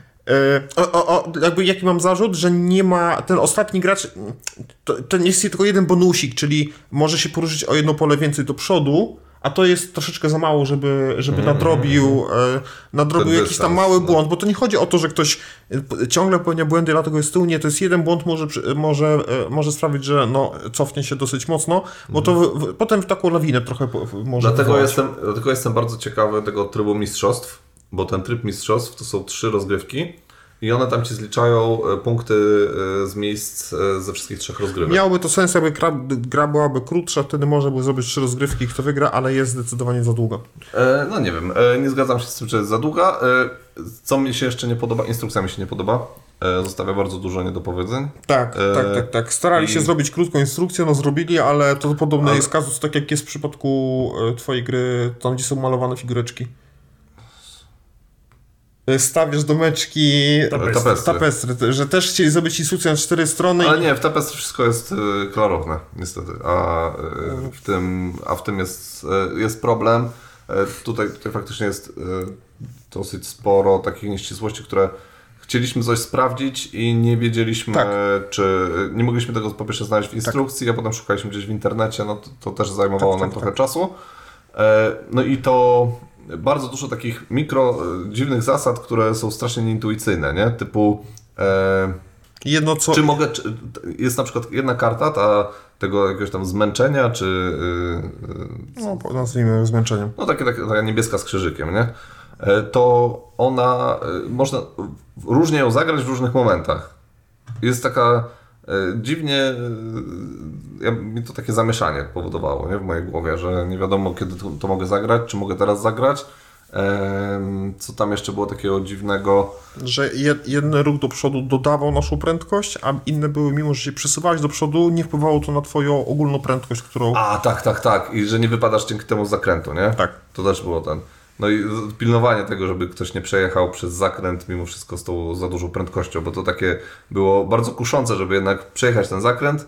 O, o, o, jakby jaki mam zarzut, że nie ma, ten ostatni gracz, to, to jest tylko jeden bonusik, czyli może się poruszyć o jedno pole więcej do przodu, a to jest troszeczkę za mało, żeby, żeby mm, nadrobił, e, nadrobił jakiś tam mały błąd, bo to nie chodzi o to, że ktoś ciągle popełnia błędy, dlatego jest z tyłu, nie, to jest jeden błąd, może, może, e, może sprawić, że no, cofnie się dosyć mocno, bo to w, w, potem w taką lawinę trochę może dlatego jestem, dlatego jestem bardzo ciekawy tego trybu mistrzostw, bo ten tryb mistrzostw to są trzy rozgrywki i one tam ci zliczają punkty z miejsc ze wszystkich trzech rozgrywek. Miałoby to sens, jakby gra, gra byłaby krótsza, wtedy można by zrobić trzy rozgrywki, kto wygra, ale jest zdecydowanie za długa. E, no nie wiem, e, nie zgadzam się z tym, że jest za długa. E, co mi się jeszcze nie podoba, instrukcja mi się nie podoba. E, zostawia bardzo dużo niedopowiedzeń. Tak, e, tak, tak, tak. Starali i... się zrobić krótką instrukcję, no zrobili, ale to podobno ale... jest kazus, tak jak jest w przypadku twojej gry, tam gdzie są malowane figureczki. Stawiasz domeczki, tapestry, tapestry, że też chcieli zrobić instrukcję na cztery strony. Ale i... nie, w tapestry wszystko jest y, klarowne, niestety, a, y, w, tym, a w tym jest, y, jest problem. Y, tutaj, tutaj faktycznie jest y, dosyć sporo takich nieścisłości, które chcieliśmy coś sprawdzić i nie wiedzieliśmy, tak. czy nie mogliśmy tego po pierwsze znaleźć w instrukcji, tak. a potem szukaliśmy gdzieś w internecie, no to, to też zajmowało tak, nam tak, trochę tak. czasu. Y, no i to bardzo dużo takich mikro, dziwnych zasad, które są strasznie nieintuicyjne, nie? Typu e, jedno co... czy mogę, czy, jest na przykład jedna karta ta, tego jakiegoś tam zmęczenia, czy e, no nazwijmy zmęczeniem. No takie, takie, taka niebieska z krzyżykiem, nie? E, to ona, e, można różnie ją zagrać w różnych momentach. Jest taka e, dziwnie, e, ja, mi to takie zamieszanie powodowało, nie? W mojej głowie, że nie wiadomo kiedy to, to mogę zagrać, czy mogę teraz zagrać. E, co tam jeszcze było takiego dziwnego? Że jed, jeden ruch do przodu dodawał naszą prędkość, a inne były, mimo że się przesuwałeś do przodu, nie wpływało to na twoją ogólną prędkość, którą... A, tak, tak, tak. I że nie wypadasz dzięki temu z zakrętu, nie? Tak. To też było ten... No i pilnowanie tego, żeby ktoś nie przejechał przez zakręt mimo wszystko z tą za dużą prędkością, bo to takie było bardzo kuszące, żeby jednak przejechać ten zakręt,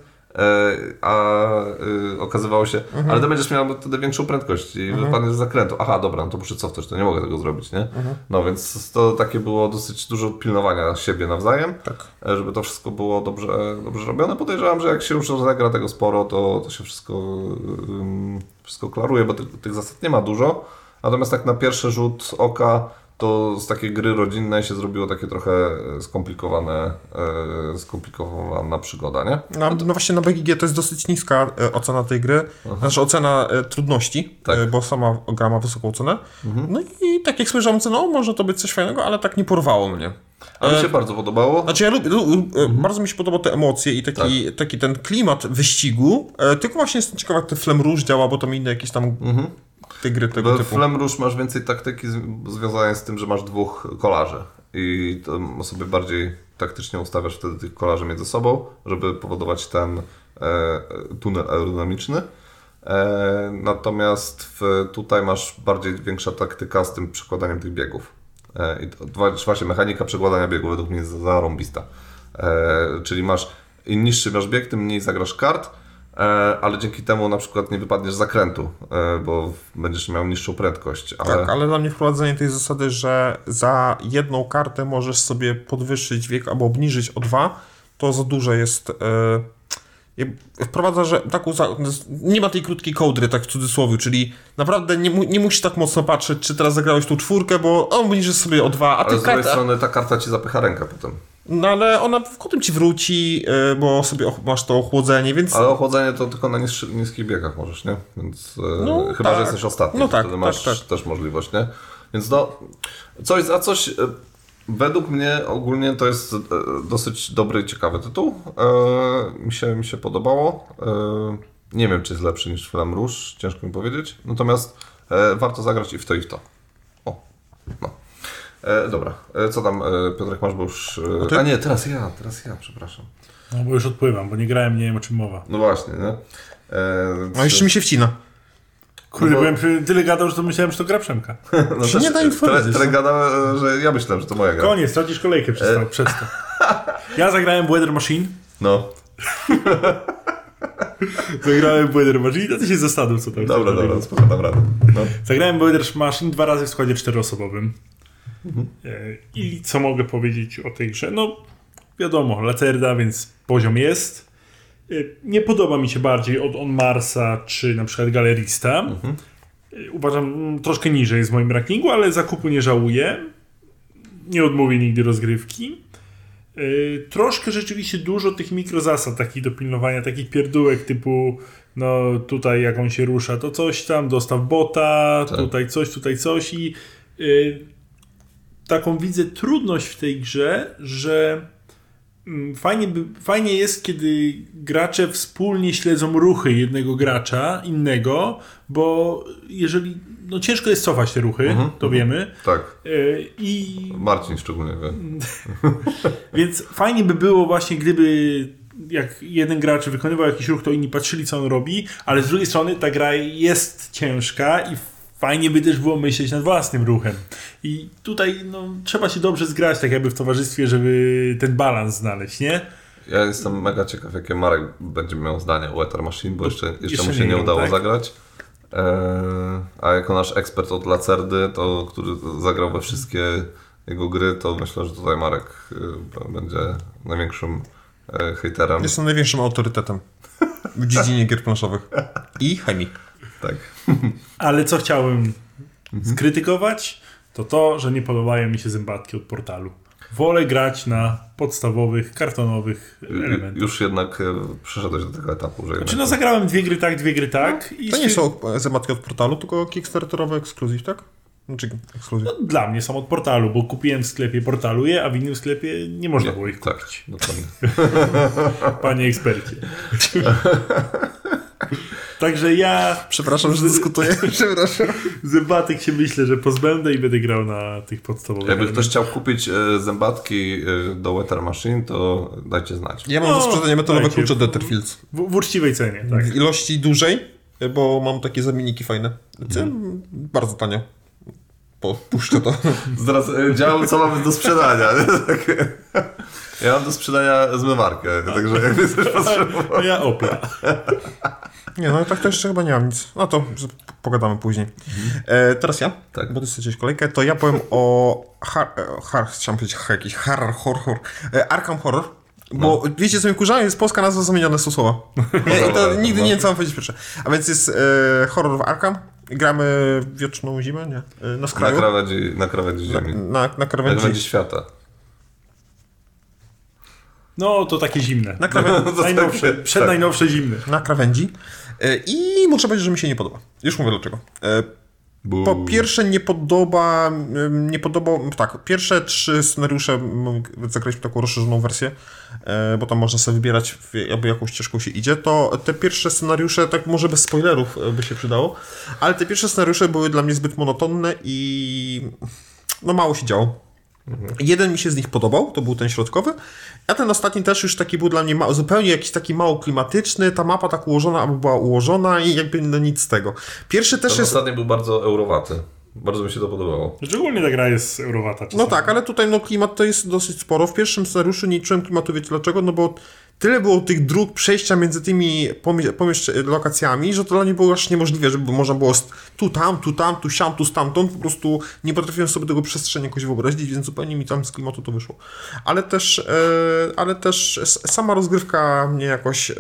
a okazywało się, mhm. ale ty będziesz miał wtedy większą prędkość i mhm. wypadniesz z zakrętu. Aha, dobra, no to muszę cofnąć, to nie mogę tego zrobić, nie? Mhm. No więc to takie było dosyć dużo pilnowania siebie nawzajem, tak. żeby to wszystko było dobrze, dobrze robione. Podejrzewam, że jak się już rozegra tego sporo, to, to się wszystko, wszystko klaruje, bo tych, tych zasad nie ma dużo. Natomiast tak na pierwszy rzut oka to z takiej gry rodzinnej się zrobiło takie trochę skomplikowane, e, skomplikowana przygoda, nie? No, no właśnie na B G G to jest dosyć niska e, ocena tej gry, Aha. znaczy ocena e, trudności, tak. e, bo sama gra ma wysoką cenę. Mhm. No i tak jak słyszałem cenę, może to być coś fajnego, ale tak nie porwało mnie. A mi się e, bardzo podobało. Znaczy ja lubię, lu, mhm. bardzo mi się podobały te emocje i taki, tak. taki ten klimat wyścigu, e, tylko właśnie jestem ciekaw jak ten Flame Rouge działa, bo tam inne jakieś tam... Mhm. Te gry tego typu. W Flame Rouge masz więcej taktyki związanej z tym, że masz dwóch kolarzy i to sobie bardziej taktycznie ustawiasz wtedy tych kolarzy między sobą, żeby powodować ten e, tunel aerodynamiczny. E, natomiast w, tutaj masz bardziej większa taktyka z tym przekładaniem tych biegów. E, i to, właśnie mechanika przekładania biegów według mnie jest zarąbista. E, czyli masz im niższy masz bieg, tym mniej zagrasz kart, ale dzięki temu na przykład nie wypadniesz z zakrętu, bo będziesz miał niższą prędkość. Ale... Tak, ale dla mnie wprowadzenie tej zasady, że za jedną kartę możesz sobie podwyższyć wiek albo obniżyć o dwa, to za duże jest... E, wprowadza, że taką... Za, nie ma tej krótkiej kołdry, tak w cudzysłowie, czyli naprawdę nie, nie musisz tak mocno patrzeć, czy teraz zagrałeś tą czwórkę, bo on będzie sobie o dwa, a ale ty z drugiej karta... strony ta karta ci zapycha rękę potem. No ale ona potem ci wróci, e, bo sobie och, masz to ochłodzenie, więc... Ale ochłodzenie to tylko na niż, niskich biegach możesz, nie? Więc e, No, chyba, tak. że jesteś ostatni, No tak, wtedy tak, masz tak. też możliwość, nie? Więc no, coś za coś, e, według mnie ogólnie to jest e, dosyć dobry i ciekawy tytuł. E, mi, się, mi się podobało. E, nie wiem, czy jest lepszy niż Flamme Rouge, ciężko mi powiedzieć. Natomiast e, warto zagrać i w to, i w to. O, no. E, dobra, e, co tam, e, Piotrek, masz, bo już... E, ty? a nie, teraz ja, teraz ja, przepraszam. No bo już odpływam, bo nie grałem, nie wiem o czym mowa. No właśnie, nie? E, No jeszcze mi się wcina. Kurde, No bo- byłem tyle gadał, że to myślałem, że to gra Przemka. No się nie da im powiedzieć, Tyle no. gada, że ja myślałem, że to moja gra. Koniec, tracisz kolejkę przez to. Przez to. Ja zagrałem w Weather Machine. No, Zagrałem w Weather Machine, a ty się zastanów, co tam. dobra, co tam dobra, spoko, dam radę. No. Zagrałem w Weather Machine dwa razy w składzie czteroosobowym. Mhm. E, I co mogę powiedzieć o tej grze? No, wiadomo, Lacerda, więc poziom jest. E, Nie podoba mi się bardziej od On Marsa czy na przykład Galerista. Mhm. E, Uważam mm, troszkę niżej jest w moim rankingu, ale zakupu nie żałuję. Nie odmówię nigdy rozgrywki. E, Troszkę rzeczywiście dużo tych mikrozasad, takich do pilnowania, takich pierdółek typu no tutaj jak on się rusza, to coś tam, dostaw bota, Tak. tutaj coś, tutaj coś i y, taką widzę trudność w tej grze, że mm, fajnie, by, fajnie jest, kiedy gracze wspólnie śledzą ruchy jednego gracza, innego, bo jeżeli, no ciężko jest cofać te ruchy, Mhm, to wiemy. Tak, Y, I Marcin szczególnie wie. więc fajnie by było właśnie, gdyby jak jeden gracz wykonywał jakiś ruch, to inni patrzyli, co on robi, ale z drugiej strony ta gra jest ciężka i fajnie by też było myśleć nad własnym ruchem. I tutaj no, trzeba się dobrze zgrać, tak jakby w towarzystwie, żeby ten balans znaleźć, nie? Ja jestem mega ciekaw, jakie Marek będzie miał zdanie o Weather Machine, bo jeszcze, jeszcze, jeszcze mu się nie nie wiem, udało tak? zagrać. Eee, a jako nasz ekspert od Lacerdy, to, który zagrał we wszystkie jego gry, to myślę, że tutaj Marek y, będzie największym y, hejterem. Jestem największym autorytetem w dziedzinie gier planszowych i chemii. Tak. Ale co chciałem skrytykować, to to, że nie podobają mi się zębatki od Portalu. Wolę grać na podstawowych, kartonowych elementach. Już jednak y, przeszedłeś do tego etapu, że Czy jednak... no zagrałem dwie gry tak, dwie gry tak. i To nie stwierd- są zębatki od portalu, tylko kickstarterowy ekskluzyw, tak? Znaczy ekskluzyw. No, dla mnie są od Portalu, bo kupiłem w sklepie Portalu je, a w innym sklepie nie można było ich tak, kupić. dokładnie. Panie ekspercie. Także ja Przepraszam, że dyskutuję. Przepraszam. zębatek się myślę, że pozbędę i będę grał na tych podstawowych. Jakby ktoś elementach. chciał kupić e, zębatki e, do Weather Machine, to dajcie znać. Ja mam No, do sprzedania metalowe dajcie. klucze do Etherfields. W, w uczciwej cenie, tak. W ilości dużej, bo mam takie zamienniki fajne. Cen bardzo tanio. Po- Puszczę to. Zaraz e, działamy, co mamy do sprzedania. nie? Tak. Ja mam do sprzedania zmywarkę, także jakby coś potrzebował. A ja Opla. Nie, no tak to jeszcze chyba nie mam nic. No to z- pogadamy później. E, teraz ja, Tak. bo ty chcesz kolejkę, to ja powiem o har, e, har, chciałem powiedzieć ha, jakiś horror, horror, e, Arkham Horror. Bo wiecie co mi kurzają? Jest polska nazwa zamienione z słowa. Nie, I to Dobra, nigdy no. nie wiem co mam powiedzieć pierwsze. A więc jest e, horror w Arkham. Gramy w wieczną zimę, nie? E, na Na skraju. krawędzi, na krawędzi ziemi. Na, na Na krawędzi. krawędzi świata. No to takie zimne. Na krawędzi. To Najnowsze, tak, przed tak. najnowsze zimne. Na krawędzi. E, I muszę powiedzieć, że mi się nie podoba. Już mówię dlaczego. E, Bu. Po pierwsze nie podoba, ym, nie podoba, tak, pierwsze trzy scenariusze, m, zagraliśmy taką rozszerzoną wersję, e, bo tam można sobie wybierać, w- jakby jaką ścieżką się idzie, to te pierwsze scenariusze, tak może bez spoilerów e, by się przydało, ale te pierwsze scenariusze były dla mnie zbyt monotonne i no mało się działo. Jeden mi się z nich podobał, to był ten środkowy, a ten ostatni też już taki był dla mnie ma- zupełnie jakiś taki mało klimatyczny, ta mapa tak ułożona, aby była ułożona i jakby no nic z tego. Pierwszy też Ten jest... ostatni był bardzo eurowaty. Bardzo mi się to podobało. Szczególnie ta gra jest eurowata czasami. No tak, ale tutaj no klimat to jest dosyć sporo. W pierwszym scenariuszu nie czułem klimatu, wiecie dlaczego? No bo tyle było tych dróg, przejścia między tymi pomie- pomieszcz- lokacjami, że to dla mnie było aż niemożliwe, żeby można było tu, tam, tu, tam, tu, siam, tu, stamtąd, po prostu nie potrafiłem sobie tego przestrzeni jakoś wyobrazić, więc zupełnie mi tam z klimatu to wyszło. Ale też, e, ale też s- sama rozgrywka mnie jakoś... E,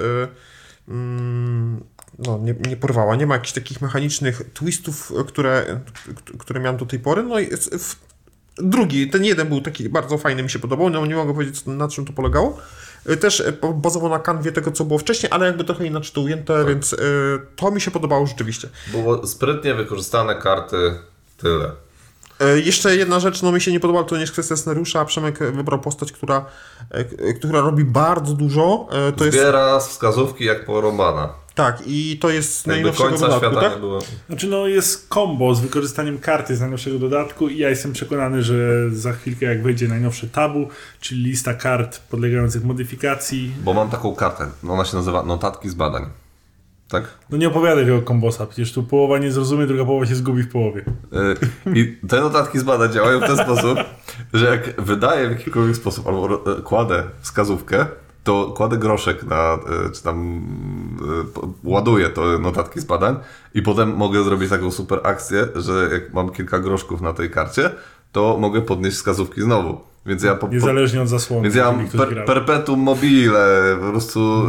mm, no, nie, nie porwała. Nie ma jakichś takich mechanicznych twistów, które, które miałem do tej pory. No i w, drugi, ten jeden był taki bardzo fajny, mi się podobał. No, nie mogę powiedzieć, na czym to polegało. Też bazował na kanwie tego, co było wcześniej, ale jakby trochę inaczej to ujęte, tak. Więc y, to mi się podobało rzeczywiście. Było sprytnie wykorzystane karty, tyle. Y, jeszcze jedna rzecz, no mi się nie podobała, to nie jest kwestia scenariusza. Przemek wybrał postać, która, y, która robi bardzo dużo. Y, to Zbiera jest... wskazówki jak porąbana. Tak, i to jest z Jakby najnowszego końca dodatku, świata tak? nie było. Znaczy no jest combo z wykorzystaniem karty z najnowszego dodatku i ja jestem przekonany, że za chwilkę jak wejdzie najnowsze tabu, czyli lista kart podlegających modyfikacji. Bo mam taką kartę, ona się nazywa Notatki z badań. Tak? No nie opowiadaj tego kombosa, przecież tu połowa nie zrozumie, druga połowa się zgubi w połowie. Yy, I te notatki z badań działają w ten sposób, że jak wydaję w jakikolwiek sposób albo kładę wskazówkę, to kładę groszek na, czy tam ładuję to notatki z badań i potem mogę zrobić taką super akcję, że jak mam kilka groszków na tej karcie, to mogę podnieść wskazówki znowu. Więc ja po, po, Niezależnie od zasłony. Więc ja mam per, perpetuum mobile, po prostu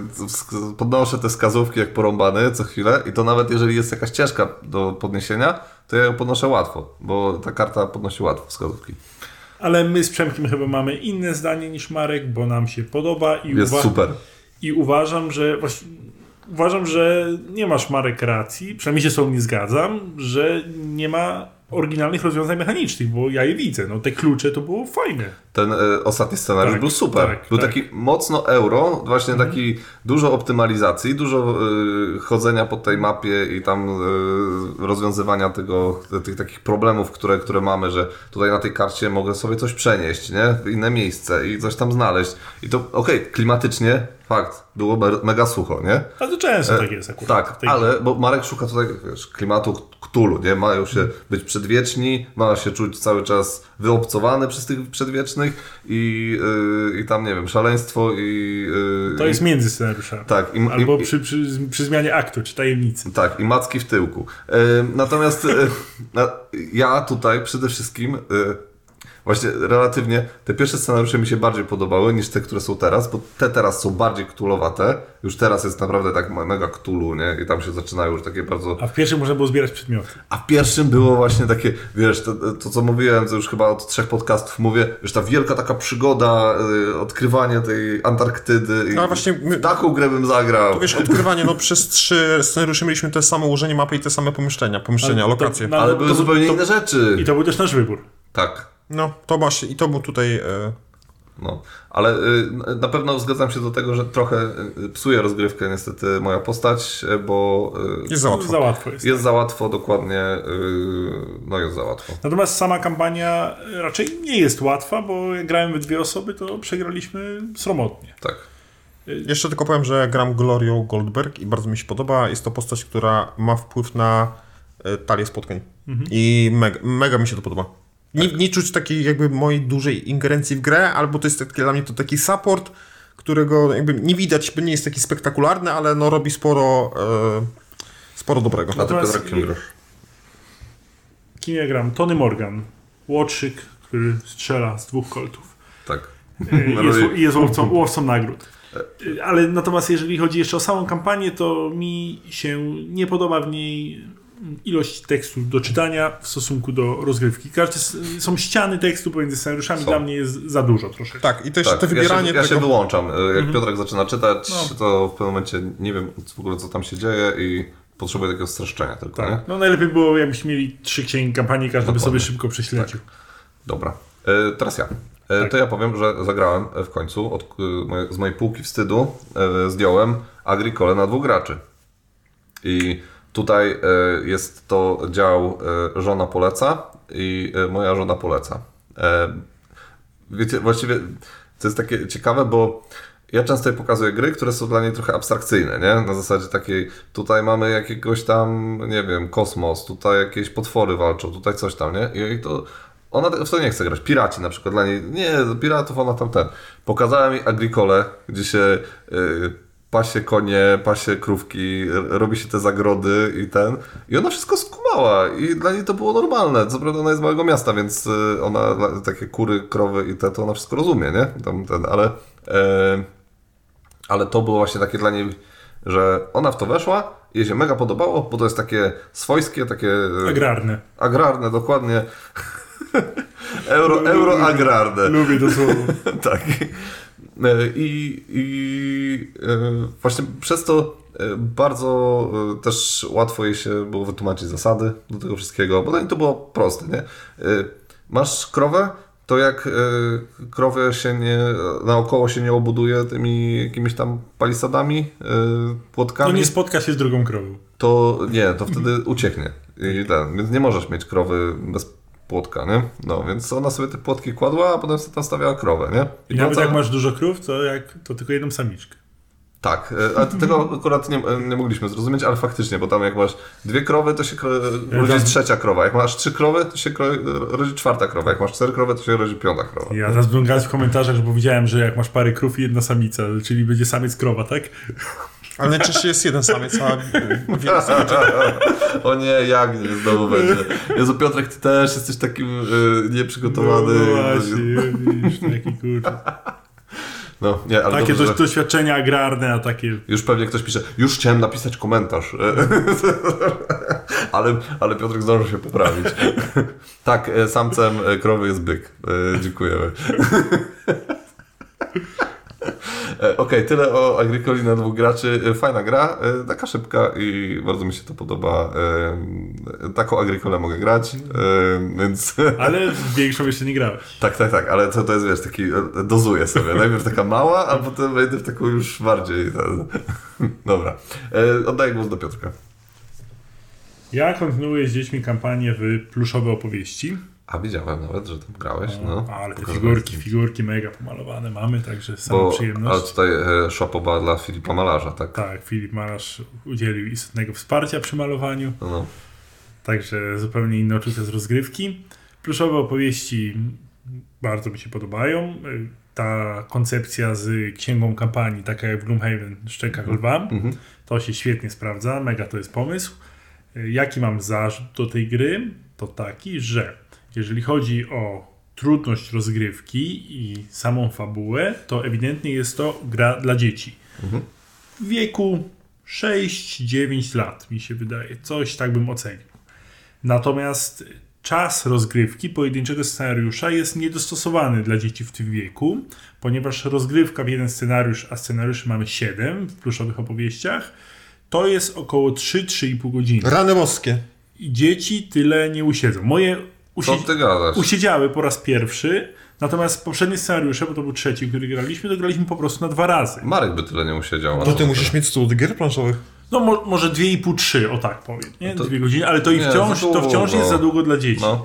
y, podnoszę te wskazówki jak porąbany co chwilę i to nawet jeżeli jest jakaś ciężka do podniesienia, to ja ją podnoszę łatwo, bo ta karta podnosi łatwo wskazówki. Ale my z Przemkiem chyba mamy inne zdanie niż Marek, bo nam się podoba i, jest uwa- super. I uważam, że właśnie, uważam, że nie masz, Marek, racji, przynajmniej się z tobą nie zgadzam, że nie ma oryginalnych rozwiązań mechanicznych, bo ja je widzę. No te klucze to było fajne. Ten y, ostatni scenariusz tak, był super. Tak, był tak. taki mocno euro, właśnie mhm. taki dużo optymalizacji, dużo y, chodzenia po tej mapie i tam y, rozwiązywania tego, tych takich problemów, które, które mamy, że tutaj na tej karcie mogę sobie coś przenieść, nie? W inne miejsce i coś tam znaleźć. I to okej, okay, klimatycznie fakt, było mega sucho, nie? A to często tak jest akurat. Tak, ale bo Marek szuka tutaj, wiesz, klimatu Cthulhu, nie? Mają się być przedwieczni, ma się czuć cały czas wyobcowany przez tych przedwiecznych i, yy, i tam, nie wiem, szaleństwo i... Yy, to jest między scenariuszami. Tak. I, Albo i, przy, przy, przy zmianie aktu, czy tajemnicy. Tak, i macki w tyłku. Yy, natomiast yy, ja tutaj przede wszystkim... Yy, Właśnie relatywnie te pierwsze scenariusze mi się bardziej podobały niż te, które są teraz, bo te teraz są bardziej ktulowate. Już teraz jest naprawdę tak mega ktulu, nie? I tam się zaczynają już takie bardzo... A w pierwszym można było zbierać przedmioty. A w pierwszym było właśnie takie, wiesz, to, to co mówiłem, to już chyba od trzech podcastów mówię, wiesz, ta wielka taka przygoda, y, odkrywanie tej Antarktydy. Ale właśnie my... Taką grę bym zagrał. To wiesz, odkrywanie, no przez trzy scenariusze mieliśmy te same ułożenie mapy i te same pomieszczenia, pomieszczenia, Ale to- lokacje. na- Ale były to- zupełnie to- inne rzeczy. I to był też nasz wybór. Tak. No, to masz, i to był tutaj... E... No, ale y, na pewno zgadzam się do tego, że trochę y, psuje rozgrywkę niestety moja postać, bo y, Jest za łatwo. Za łatwo jest. jest za łatwo, dokładnie, y, no jest za łatwo. Natomiast sama kampania raczej nie jest łatwa, bo jak grałem we dwie osoby, to przegraliśmy sromotnie. Tak. Jeszcze tylko powiem, że gram Glorią Goldberg i bardzo mi się podoba. Jest to postać, która ma wpływ na e, talię spotkań. Mhm. I mega, mega mi się to podoba. Nie, nie czuć takiej jakby mojej dużej ingerencji w grę, albo to jest taki, dla mnie to taki support, którego jakby nie widać, bo nie jest taki spektakularny, ale no robi sporo e, sporo dobrego. A ty, Natomiast- Piotrek, kim grasz? Kim ja gram? Tony Morgan, łotrzyk, który strzela z dwóch koltów. Tak. I jest, i jest łowcą, łowcą nagród. Ale natomiast jeżeli chodzi jeszcze o samą kampanię, to mi się nie podoba w niej ilość tekstu do czytania w stosunku do rozgrywki. Każdy, są ściany tekstu pomiędzy scenariuszami, Są. dla mnie jest za dużo troszkę. Tak, i też Tak, to wybieranie ja się, ja tego... się wyłączam. Jak Piotrek zaczyna czytać, No. to w pewnym momencie nie wiem w ogóle co tam się dzieje i potrzebuję takiego streszczenia tylko, nie? Tak. No najlepiej było, jakbyśmy mieli trzy księgi kampanii, każdy by Dokładnie. sobie szybko prześledził. Dobra. E, teraz ja. E, Tak. To ja powiem, że zagrałem w końcu, od, e, moje, z mojej półki wstydu e, zdjąłem Agricole na dwóch graczy. I tutaj e, jest to dział e, żona poleca i e, moja żona poleca. E, wiecie, właściwie to jest takie ciekawe, bo ja często jej pokazuję gry, które są dla niej trochę abstrakcyjne, nie? Na zasadzie takiej, tutaj mamy jakiegoś tam, nie wiem, kosmos, tutaj jakieś potwory walczą, tutaj coś tam, nie? I jej to ona w to nie chce grać. Piraci na przykład dla niej, nie, piratów ona tam ten. Pokazała mi Agricole, gdzie się yy, pasie konie, pasie krówki, robi się te zagrody i ten. I ona wszystko skumała i dla niej to było normalne. Co prawda ona jest z małego miasta, więc yy, ona takie kury, krowy i te, to ona wszystko rozumie, nie? Tam, ten, ale, yy, ale to było właśnie takie dla niej, że ona w to weszła, jej się mega podobało, bo to jest takie swojskie, takie... Agrarne. Agrarne, dokładnie. Euro, euro agrarne. Lubię to słowo. Tak. I, i właśnie przez to bardzo też łatwo jej się było wytłumaczyć zasady do tego wszystkiego, bo to było proste, nie? Masz krowę, to jak y, krowę się nie, naokoło się nie obuduje tymi jakimiś tam palisadami, y, płotkami. No nie spotka się z drugą krową. To nie, to wtedy ucieknie. I ten, więc nie możesz mieć krowy bez płotka, nie? No, więc ona sobie te płotki kładła, a potem sobie tam stawiała krowę, nie? I, I nawet jak masz dużo krów, to, jak, to tylko jedną samiczkę. Tak, ale tego akurat nie, nie mogliśmy zrozumieć, ale faktycznie, bo tam jak masz dwie krowy, to się rodzi ja trzecia krowa. Jak masz trzy krowy, to się rodzi czwarta krowa. Jak masz cztery krowy, to się rodzi piąta krowa. Ja teraz byłem gadać w komentarzach, bo widziałem, że jak masz parę krów i jedna samica, czyli będzie samiec krowa, tak? Ale najczęściej jest jeden samiec, a wiele samiczek. O nie, jak nie znowu będzie. Jezu, Piotrek, ty też jesteś takim y, nieprzygotowany. No właśnie, widzisz, taki kurczę. No, nie, ale takie dobrze, doświadczenia agrarne, a takie... Już pewnie ktoś pisze, już chciałem napisać komentarz, ale, ale Piotrek zdążył się poprawić. Tak, samcem krowy jest byk. Dziękujemy. Okej, okay, tyle o Agricoli na dwóch graczy. Fajna gra, taka szybka i bardzo mi się to podoba. Taką Agricolę mogę grać, więc... Ale większą jeszcze nie grałeś. Tak, tak, tak, ale to, to jest, wiesz, taki, dozuję sobie. Najpierw taka mała, a potem wejdę w taką już bardziej... Dobra, oddaję głos do Piotrka. Ja kontynuuję z dziećmi kampanię w pluszowe opowieści. A widziałem nawet, że tam grałeś. No, no ale te figurki, figurki mega pomalowane mamy, także sama Bo, przyjemność. Ale tutaj e, szopoba dla Filipa Malarza, tak? Tak, Filip Malarz udzielił istotnego wsparcia przy malowaniu. No. Także zupełnie inne uczucia z rozgrywki. Pluszowe opowieści bardzo mi się podobają. Ta koncepcja z księgą kampanii, taka jak w Gloomhaven, Szczękach Lwa, mm-hmm. to się świetnie sprawdza, mega to jest pomysł. Jaki mam zarzut do tej gry? To taki, że jeżeli chodzi o trudność rozgrywki i samą fabułę, to ewidentnie jest to gra dla dzieci. Mhm. W wieku sześć dziewięć lat, mi się wydaje. Coś tak bym ocenił. Natomiast czas rozgrywki pojedynczego scenariusza jest niedostosowany dla dzieci w tym wieku, ponieważ rozgrywka w jeden scenariusz, a scenariuszy mamy siedem w pluszowych opowieściach, to jest około trzy do trzech i pół godziny. Rany boskie. I dzieci tyle nie usiedzą. Moje Co ty gadasz? usiedziały po raz pierwszy, natomiast poprzednie scenariusze, bo to był trzeci, który graliśmy, to graliśmy po prostu na dwa razy. Marek by tyle nie usiedział. To ty musisz mieć stu gier planszowych. No mo- może dwie i pół, trzy, o tak powiem, nie? To, Dwie godziny, ale to i wciąż, nie, to wciąż jest za długo dla dzieci. No.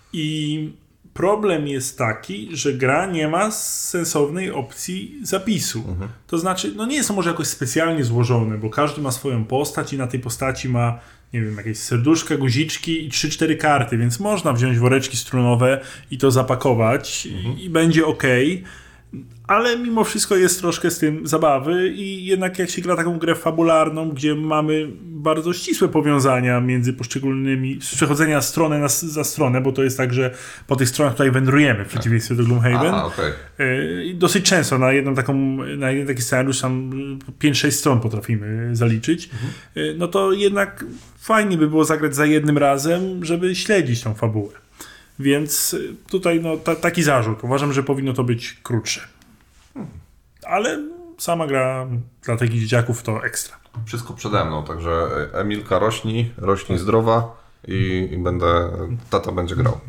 I problem jest taki, że gra nie ma sensownej opcji zapisu. Mhm. To znaczy, no nie jest to może jakoś specjalnie złożone, bo każdy ma swoją postać i na tej postaci ma, nie wiem, jakieś serduszka, guziczki i trzy cztery karty, więc można wziąć woreczki strunowe i to zapakować mhm. i będzie okej. Ale mimo wszystko jest troszkę z tym zabawy i jednak jak się gra taką grę fabularną, gdzie mamy bardzo ścisłe powiązania między poszczególnymi, przechodzenia strony na, za stronę, bo to jest tak, że po tych stronach tutaj wędrujemy w przeciwieństwie do Gloomhaven. Aha, okay. I dosyć często na jedną taką, na jeden taki scenariusz tam pięć sześć stron potrafimy zaliczyć. Mhm. No to jednak fajnie by było zagrać za jednym razem, żeby śledzić tą fabułę. Więc tutaj no, ta, taki zarzut. Uważam, że powinno to być krótsze. Hmm. Ale sama gra dla takich dzieciaków to ekstra. Wszystko przede mną, także Emilka rośni, rośni zdrowa i, i będę, tata będzie grał.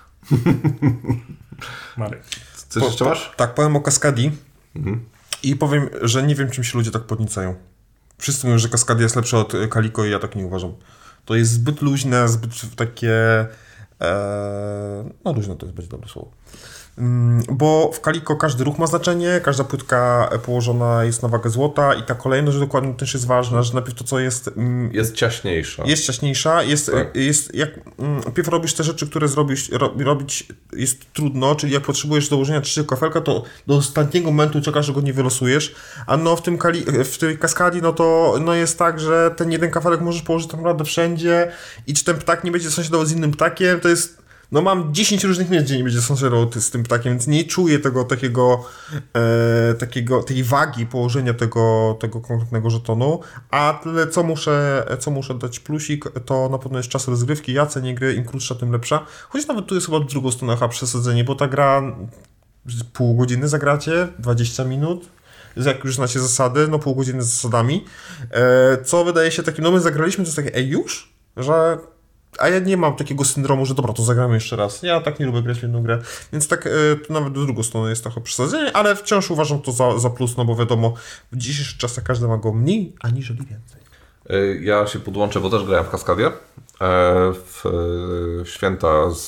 Marek. Coś po, jeszcze masz? Tak, powiem o Kaskadii mhm. i powiem, że nie wiem, czym się ludzie tak podniecają. Wszyscy mówią, że Kaskadia jest lepsza od Kaliko i ja tak nie uważam. To jest zbyt luźne, zbyt takie... Eee, no luźne to jest będzie dobre słowo. Mm, bo w Kaliko każdy ruch ma znaczenie, każda płytka położona jest na wagę złota i ta kolejność dokładnie też jest ważna, że najpierw to co jest... Mm, jest ciaśniejsza. Jest ciaśniejsza, jest, tak. jest jak mm, najpierw robisz te rzeczy, które zrobisz, ro, robić jest trudno, czyli jak potrzebujesz dołożenia trzeciego kafelka, to do ostatniego momentu czekasz, że go nie wylosujesz, a no w tym kali, w tej kaskadii, no to no jest tak, że ten jeden kafelek możesz położyć tak naprawdę wszędzie i czy ten ptak nie będzie sąsiadował z innym ptakiem, to jest, no mam dziesięć różnych miejsc, gdzie nie będzie sąsiadował z tym ptakiem, więc nie czuję tego takiego, e, takiego tej wagi położenia tego, tego konkretnego żetonu, a tyle co muszę, co muszę dać plusik, to na pewno jest czas rozgrywki, ja cenię gry, im krótsza, tym lepsza, choć nawet tu jest chyba w drugą stronę chyba przesadzenie, bo ta gra pół godziny zagracie, dwadzieścia minut, jak już znacie zasady, no pół godziny z zasadami, e, co wydaje się takim, no my zagraliśmy, to jest takie, ej już? Że... A ja nie mam takiego syndromu, że dobra, to zagramy jeszcze raz. Ja tak nie lubię grać w jedną grę. Więc tak, y, to nawet w drugą stronę jest trochę przesadzenie, ale wciąż uważam to za, za plus, no bo wiadomo, w dzisiejszych czasach każdy ma go mniej, aniżeli więcej. Ja się podłączę, bo też grałem w Kaskadię. W święta z,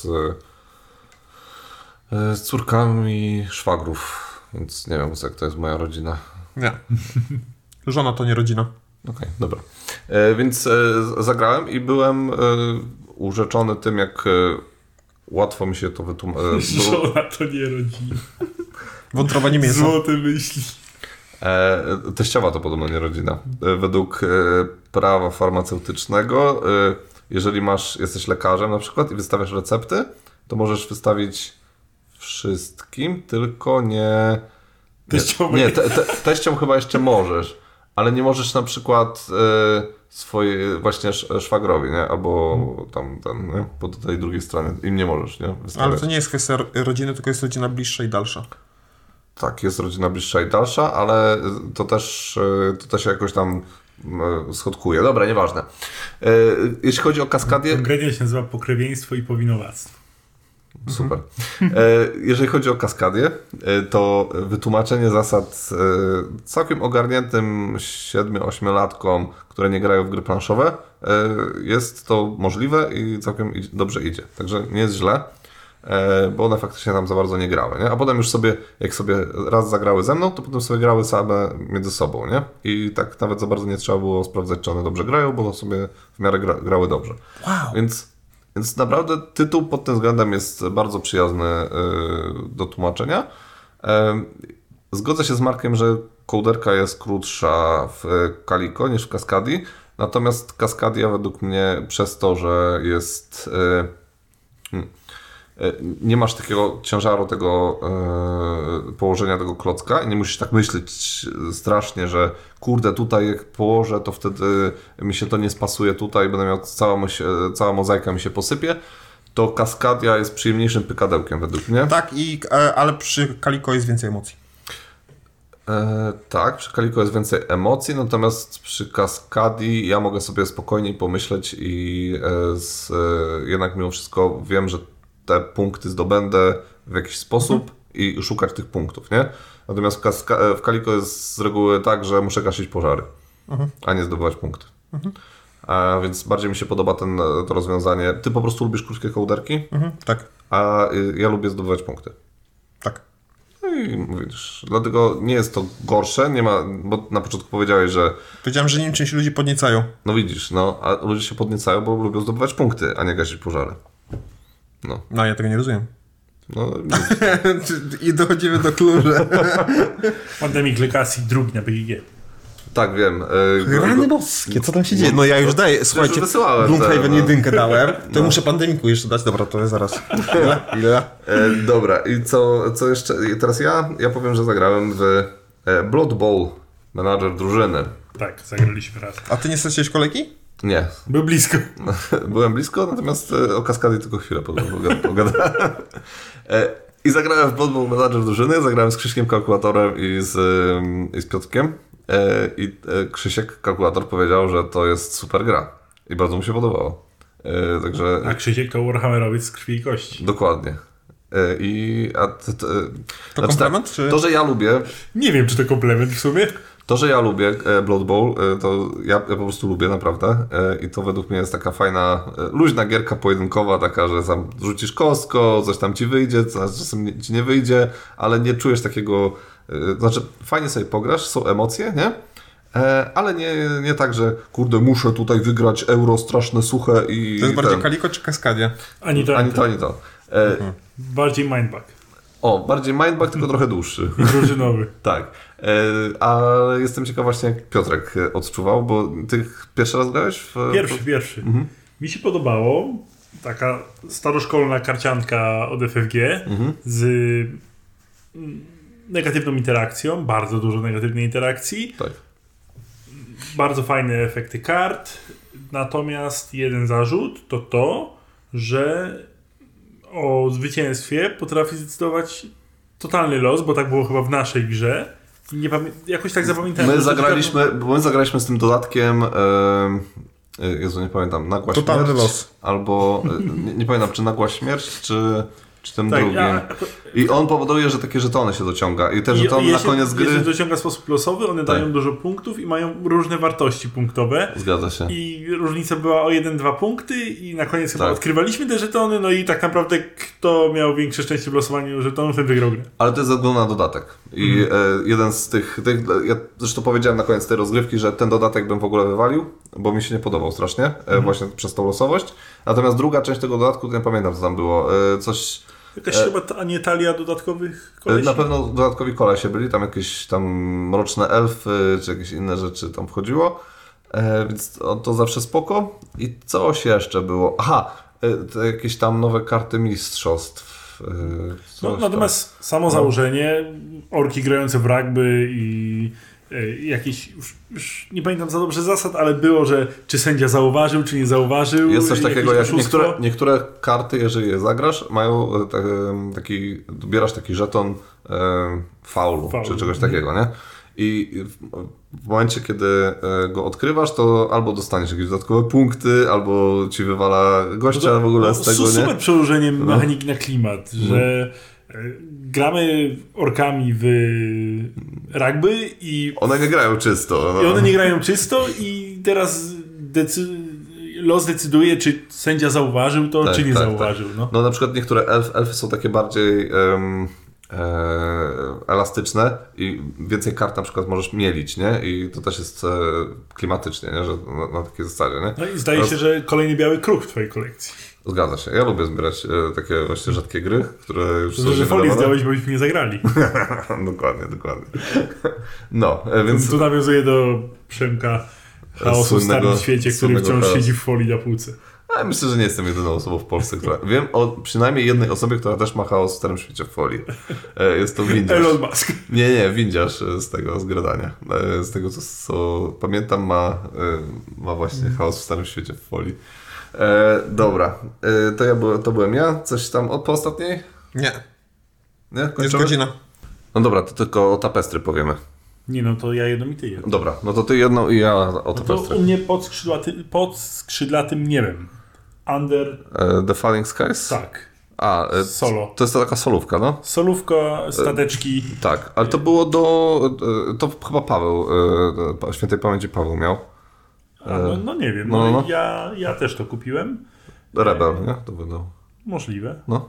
z córkami szwagrów. Więc nie wiem, jak to jest moja rodzina. Nie. Żona to nie rodzina. Okej, okay, dobra. E, więc e, zagrałem i byłem e, urzeczony tym, jak e, łatwo mi się to wytłumaczyć. Żona to nie rodzina. Wątroba nie mięso. Złote myśli. E, teściowa to podobno nie rodzina. E, według e, prawa farmaceutycznego, e, jeżeli masz, jesteś lekarzem na przykład i wystawiasz recepty, to możesz wystawić wszystkim, tylko nie... Nie, nie te, te, teściom chyba jeszcze możesz. Ale nie możesz na przykład y, swojej właśnie szwagrowi, nie? Albo hmm. tam ten, nie? Po tej drugiej stronie. Im nie możesz, nie? Wystawiać. Ale to nie jest kwestia rodziny, tylko jest rodzina bliższa i dalsza. Tak, jest rodzina bliższa i dalsza, ale to też, to też się jakoś tam schodkuje. Dobra, nieważne. Y, jeśli chodzi o Kaskadię... Konkretnie się nazywa pokrewieństwo i powinowactwo. Super. Jeżeli chodzi o Kaskadię, to wytłumaczenie zasad całkiem ogarniętym siedmiu-ośmiolatkom, które nie grają w gry planszowe, jest to możliwe i całkiem dobrze idzie. Także nie jest źle, bo one faktycznie tam za bardzo nie grały. Nie? A potem już sobie, jak sobie raz zagrały ze mną, to potem sobie grały same między sobą. Nie? I tak nawet za bardzo nie trzeba było sprawdzać, czy one dobrze grają, bo sobie w miarę gra, grały dobrze. Wow. Więc Więc naprawdę tytuł pod tym względem jest bardzo przyjazny do tłumaczenia. Zgodzę się z Markiem, że kołderka jest krótsza w Calico niż w Kaskadii, natomiast Kaskadia według mnie przez to, że jest... nie masz takiego ciężaru tego e, położenia tego klocka i nie musisz tak myśleć strasznie, że kurde, tutaj jak położę, to wtedy mi się to nie spasuje tutaj, będę miał cała, cała mozaika mi się posypie, to Kaskadia jest przyjemniejszym pykadełkiem według mnie. Tak, i, e, ale przy Calico jest więcej emocji. E, tak, przy Calico jest więcej emocji, natomiast przy Kaskadii ja mogę sobie spokojniej pomyśleć i e, z, e, jednak mimo wszystko wiem, że te punkty zdobędę w jakiś sposób mhm. i szukać tych punktów, nie? Natomiast w, Kaska- w Calico jest z reguły tak, że muszę gasić pożary, mhm. a nie zdobywać punkty. Mhm. A więc bardziej mi się podoba ten, to rozwiązanie. Ty po prostu lubisz krótkie kołderki, mhm. tak. A ja lubię zdobywać punkty. Tak. No i mówisz, dlatego nie jest to gorsze, nie ma, bo na początku powiedziałeś, że... Powiedziałem, że nim czymś ludzi podniecają. No widzisz, no, a ludzie się podniecają, bo lubią zdobywać punkty, a nie gasić pożary. No. No, ja tego nie rozumiem. No, i dochodzimy do klucza. Pandemic Legacy drugi na B G G. Tak, wiem. Yy, Rany boskie, co tam się dzieje? No ja już daję, słuchajcie, Gloomhaven no. jedynkę dałem, to no. muszę Pandemiku jeszcze dać, dobra, to jest zaraz. Ile? Ile? E, dobra, i co, co jeszcze? Teraz ja, ja powiem, że zagrałem w e, Blood Bowl, menadżer drużyny. Tak, zagraliśmy raz. A ty nie straciłeś kolegi? Nie. Był blisko. Byłem blisko, natomiast o Kaskadii tylko chwilę pogadałem. I zagrałem w Blood Bowl menadżer drużyny, zagrałem z Krzyśkiem Kalkulatorem i z, i z Piotrkiem. I Krzysiek Kalkulator powiedział, że to jest super gra. I bardzo mu się podobało. Także... A Krzysiek to Warhammerowiec z krwi i kości. Dokładnie. I... A t, t, to znaczy, komplement? Czy... To, że ja lubię... Nie wiem, czy to komplement w sumie. To, że ja lubię Blood Bowl, to ja, ja po prostu lubię naprawdę i to według mnie jest taka fajna, luźna gierka pojedynkowa, taka, że tam rzucisz kostką, coś tam ci wyjdzie, czasem ci nie wyjdzie, ale nie czujesz takiego, znaczy fajnie sobie pograsz, są emocje, nie? Ale nie, nie tak, że kurde, muszę tutaj wygrać euro straszne, suche i... To jest bardziej Calico czy Kaskadia? Ani to, ani to, ani to. E, Mhm. Bardziej mindbug. o, bardziej mindbug, tylko trochę dłuższy. I drużynowy. Tak. E, ale jestem ciekaw właśnie, jak Piotrek odczuwał, bo ty pierwszy raz grałeś w... Pierwszy, pierwszy. Mhm. Mi się podobało. Taka staroszkolna karcianka od F F G Mhm. z mm, negatywną interakcją. Bardzo dużo negatywnej interakcji. Tak. Bardzo fajne efekty kart. Natomiast jeden zarzut to to, że o zwycięstwie potrafi zdecydować totalny los, bo tak było chyba w naszej grze. I nie pamię- jakoś tak zapamiętałem. My że to zagraliśmy, bo my zagraliśmy z tym dodatkiem, e, Jezu, nie pamiętam, Nagła Totalny śmierć, los. albo, e, nie, nie pamiętam, czy Nagła śmierć, czy, czy tym Tak, drugim. ja- I on powoduje, że takie żetony się dociąga i te żetony Je- na je koniec się, gry... Je się dociąga w sposób losowy, one Tak. dają dużo punktów i mają różne wartości punktowe. Zgadza się. I różnica była o jeden dwa punkty i na koniec chyba Tak. odkrywaliśmy te żetony, no i tak naprawdę kto miał większe szczęście w losowaniu żetonów, ten wygrał grę. Ale to jest ze względu na dodatek. I Mhm. e, jeden z tych, tych, ja zresztą powiedziałem na koniec tej rozgrywki, że ten dodatek bym w ogóle wywalił, bo mi się nie podobał strasznie, e, Mhm. właśnie przez tą losowość. Natomiast druga część tego dodatku, to nie pamiętam co tam było, e, coś... Jakaś chyba ta, nie talia dodatkowych kolesi? Na pewno dodatkowi kolesie byli, tam jakieś tam mroczne elfy, czy jakieś inne rzeczy tam wchodziło, e, więc to, to zawsze spoko. I coś jeszcze było? Aha, e, te jakieś tam nowe karty mistrzostw. E, coś No, tam. natomiast samo założenie, orki grające w rugby i e, jakieś, już, już nie pamiętam za dobrze zasad, ale było, że czy sędzia zauważył, czy nie zauważył. Jest coś takiego, jakieś jak oszustwo. niektóre, niektóre karty, jeżeli je zagrasz, mają e, te, taki, dobierasz taki żeton e, faulu, Faul. czy czegoś takiego, nie? I w, w momencie, kiedy e, go odkrywasz, to albo dostaniesz jakieś dodatkowe punkty, albo ci wywala gościa w ogóle z tego, su- Super nie? przełożenie mechaniki na klimat, że e, gramy orkami w rugby i, One nie grają czysto. No. i one nie grają czysto i teraz decy- los decyduje, czy sędzia zauważył to, Tak, czy nie tak, zauważył. No. No na przykład niektóre elf, elfy są takie bardziej em, e, elastyczne i więcej kart na przykład możesz mielić, nie? I to też jest e, klimatycznie, nie? Że na, na takiej zasadzie, nie? No i zdaje Teraz- się, że kolejny biały kruk w twojej kolekcji. Zgadza się. Ja lubię zbierać e, takie właśnie rzadkie gry, które już są Że, że folię niewydawane. zdałeś, bo byśmy nie zagrali. Dokładnie, dokładnie. No, e, więc Tu nawiązuje do Przemka chaosu w Słynnego- starym świecie, który słynnego wciąż chaosu. siedzi w folii na półce. a myślę, że nie jestem jedyną osobą w Polsce, która... Wiem o przynajmniej jednej osobie, która też ma chaos w starym świecie w folii. E, Jest to windziarz. Elon Musk. Nie, nie, windziarz e, z tego, z gradania. E, Z tego, co, co pamiętam, ma, e, ma właśnie chaos w starym świecie w folii. E, dobra, e, to, ja byłem, to byłem ja. Coś tam od, po ostatniej? Nie, Nie? jest Kończymy? godzina. No dobra, to tylko o tapestry powiemy. Nie no, to ja jedną i ty jedną. Dobra, no to ty jedną i ja o No to tapestry. u mnie pod, skrzydłaty, pod skrzydlatym niebem. Under, E, The Falling Skies? tak. A, e, Solo. to jest to taka solówka, no? Solówka, stateczki. Tak, ale to było do... e, To chyba Paweł, e, świętej pamięci Paweł miał. A, no, no nie wiem, no, no, no. Ja, ja też to kupiłem. Rebel, nie? To wydał. Możliwe. No.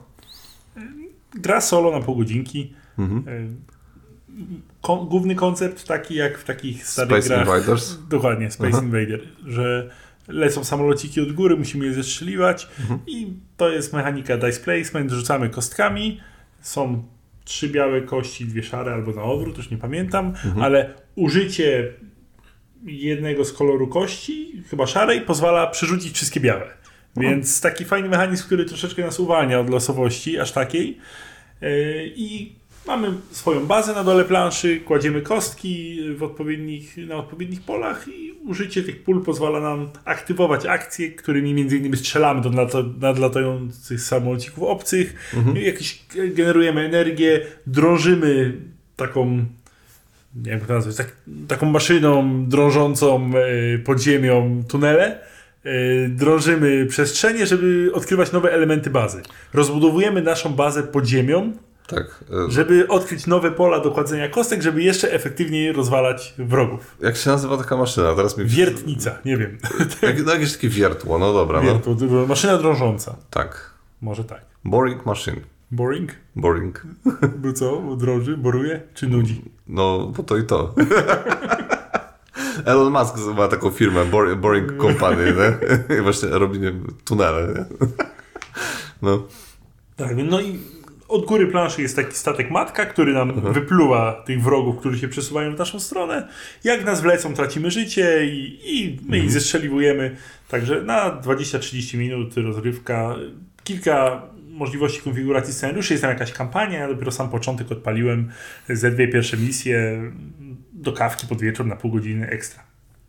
Gra solo na pół godzinki. Mhm. E, Ko- główny koncept taki jak w takich starych Space grach. Invaders. Dokładnie, Space Aha. Invader, że lecą samolociki od góry, musimy je zestrzeliwać Mhm. i to jest mechanika dice placement, rzucamy kostkami, są trzy białe kości, dwie szare albo na odwrót, już nie pamiętam, Mhm. ale użycie jednego z koloru kości, chyba szarej, pozwala przerzucić wszystkie białe. Więc taki fajny mechanizm, który troszeczkę nas uwalnia od losowości, aż takiej. Yy, I mamy swoją bazę na dole planszy, kładziemy kostki w odpowiednich, na odpowiednich polach i użycie tych pól pozwala nam aktywować akcje, którymi między innymi strzelamy do nadla- nadlatających samolocików obcych, jakieś generujemy energię, drążymy taką, nie wiem jak to nazwać, tak, taką maszyną drążącą e, pod ziemią tunele. E, drążymy przestrzenie, żeby odkrywać nowe elementy bazy. Rozbudowujemy naszą bazę pod ziemią, Tak. e, żeby odkryć nowe pola do kładzenia kostek, żeby jeszcze efektywniej rozwalać wrogów. Jak się nazywa taka maszyna? Teraz mi... Wiertnica, nie wiem. Jak, no jakieś takie wiertło, no dobra, no. Wiertło, to maszyna drążąca. Tak. Może tak. Boring machine. Boring? Boring. Bo co? Bo drąży? Boruje? Czy nudzi? No, bo to i to. Elon Musk ma taką firmę, Bor- Boring Company, nie? I właśnie robi nie, tunele, nie? No. Tak, no i od góry planszy jest taki statek matka, który nam mhm. wypluwa tych wrogów, którzy się przesuwają w naszą stronę. Jak nas wlecą, tracimy życie i, i my mhm. ich zestrzeliwujemy. Także na dwadzieścia trzydzieści minut rozrywka, kilka możliwości konfiguracji scenariuszy, jest tam jakaś kampania, ja dopiero sam początek odpaliłem, ze dwie pierwsze misje do kawki pod wieczór na pół godziny ekstra.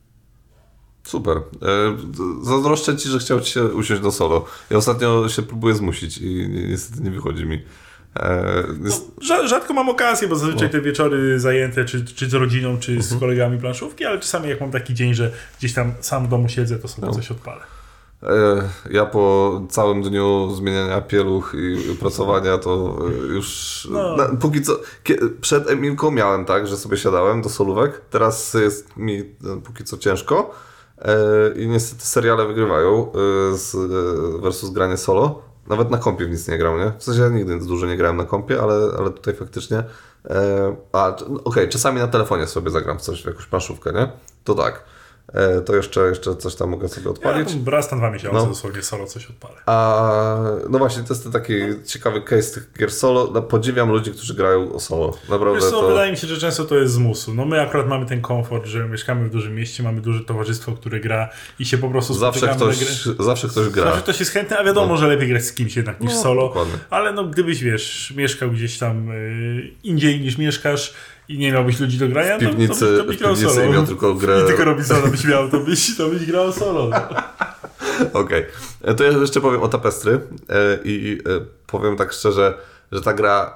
Super. E, zazdroszczę Ci, że chciał Ci się usiąść do solo. Ja ostatnio się próbuję zmusić i niestety nie wychodzi mi. E, jest... no, rzadko mam okazję, bo zazwyczaj no. te wieczory zajęte czy, czy z rodziną, czy uh-huh. z kolegami planszówki, ale czasami jak mam taki dzień, że gdzieś tam sam w domu siedzę, to sobie no. coś odpalę. Ja po całym dniu zmieniania pieluch i pracowania to już no. na, póki co przed Emilką miałem tak, że sobie siadałem do solówek, teraz jest mi póki co ciężko i niestety seriale wygrywają z versus granie solo. Nawet na kompie w nic nie gram, nie? W sensie ja nigdy dużo nie grałem na kompie, ale, ale tutaj faktycznie a okej, okay, czasami na telefonie sobie zagram w coś, w jakąś planszówkę, nie? To tak. To jeszcze, jeszcze coś tam mogę sobie odpalić. Ja raz na dwa miesiące no. dosłownie solo coś odpalę. A, no właśnie, to jest taki ciekawy case tych gier solo. No, podziwiam ludzi, którzy grają o solo. Naprawdę Wiesz co, to... wydaje mi się, że często to jest z musu. No my akurat mamy ten komfort, że mieszkamy w dużym mieście, mamy duże towarzystwo, które gra i się po prostu zawsze ktoś, zawsze ktoś gra. Zawsze ktoś jest chętny, a wiadomo, no. że lepiej grać z kimś jednak niż no, solo. Dokładnie. Ale no gdybyś, wiesz, mieszkał gdzieś tam y, indziej niż mieszkasz i nie miałbyś ludzi do grania, w piwnicy, to, to, to byś grał solo. I miał tylko grę... I tylko robi solo byś miał, to byś, to byś grał solo. No. Okej. Okay. To ja jeszcze powiem o Tapestry i powiem tak szczerze, że ta gra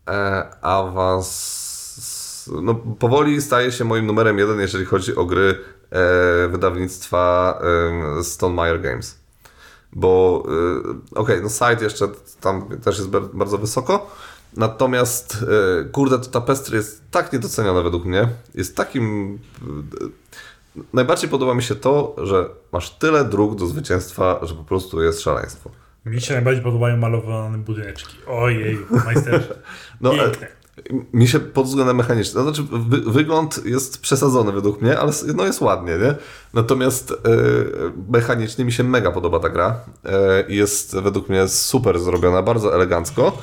awans... No, powoli staje się moim numerem jeden, jeżeli chodzi o gry wydawnictwa Stonemaier Games. Bo okej, okay, no site jeszcze tam też jest bardzo wysoko. Natomiast, kurde, to Tapestry jest tak niedocenione według mnie. Jest takim... Najbardziej podoba mi się to, że masz tyle dróg do zwycięstwa, że po prostu jest szaleństwo. Mi się najbardziej podobają malowane budyneczki. Ojej, majsterze. No, piękne. Mi się pod względem mechanicznym, to znaczy wy, wygląd jest przesadzony według mnie, ale no jest ładnie, nie? Natomiast e, mechanicznie mi się mega podoba ta gra i e, jest według mnie super zrobiona, bardzo elegancko.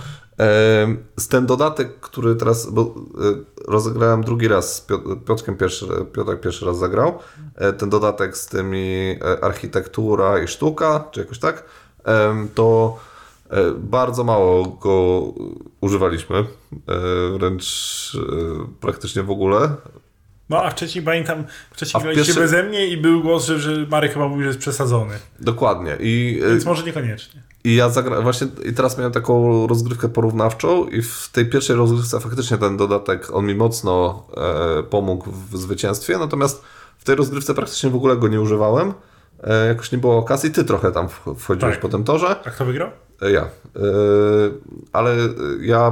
Z ten dodatek, który teraz, bo rozegrałem drugi raz z Piotrkiem, pierwszy, Piotrek pierwszy raz zagrał, ten dodatek z tymi architektura i sztuka, czy jakoś tak, to bardzo mało go używaliśmy, wręcz praktycznie w ogóle. No a wcześniej pamiętam, wcześniej graliście pierwszy... beze mnie i był głos, że, że Marek chyba mówił, że jest przesadzony. Dokładnie. I, Więc może niekoniecznie. I ja zagra... właśnie i teraz miałem taką rozgrywkę porównawczą i w tej pierwszej rozgrywce faktycznie ten dodatek, on mi mocno e, pomógł w zwycięstwie, natomiast w tej rozgrywce praktycznie w ogóle go nie używałem. E, jakoś nie było okazji, ty trochę tam wchodziłeś tak. po tym torze. A kto wygrał? E, ja. E, ale ja...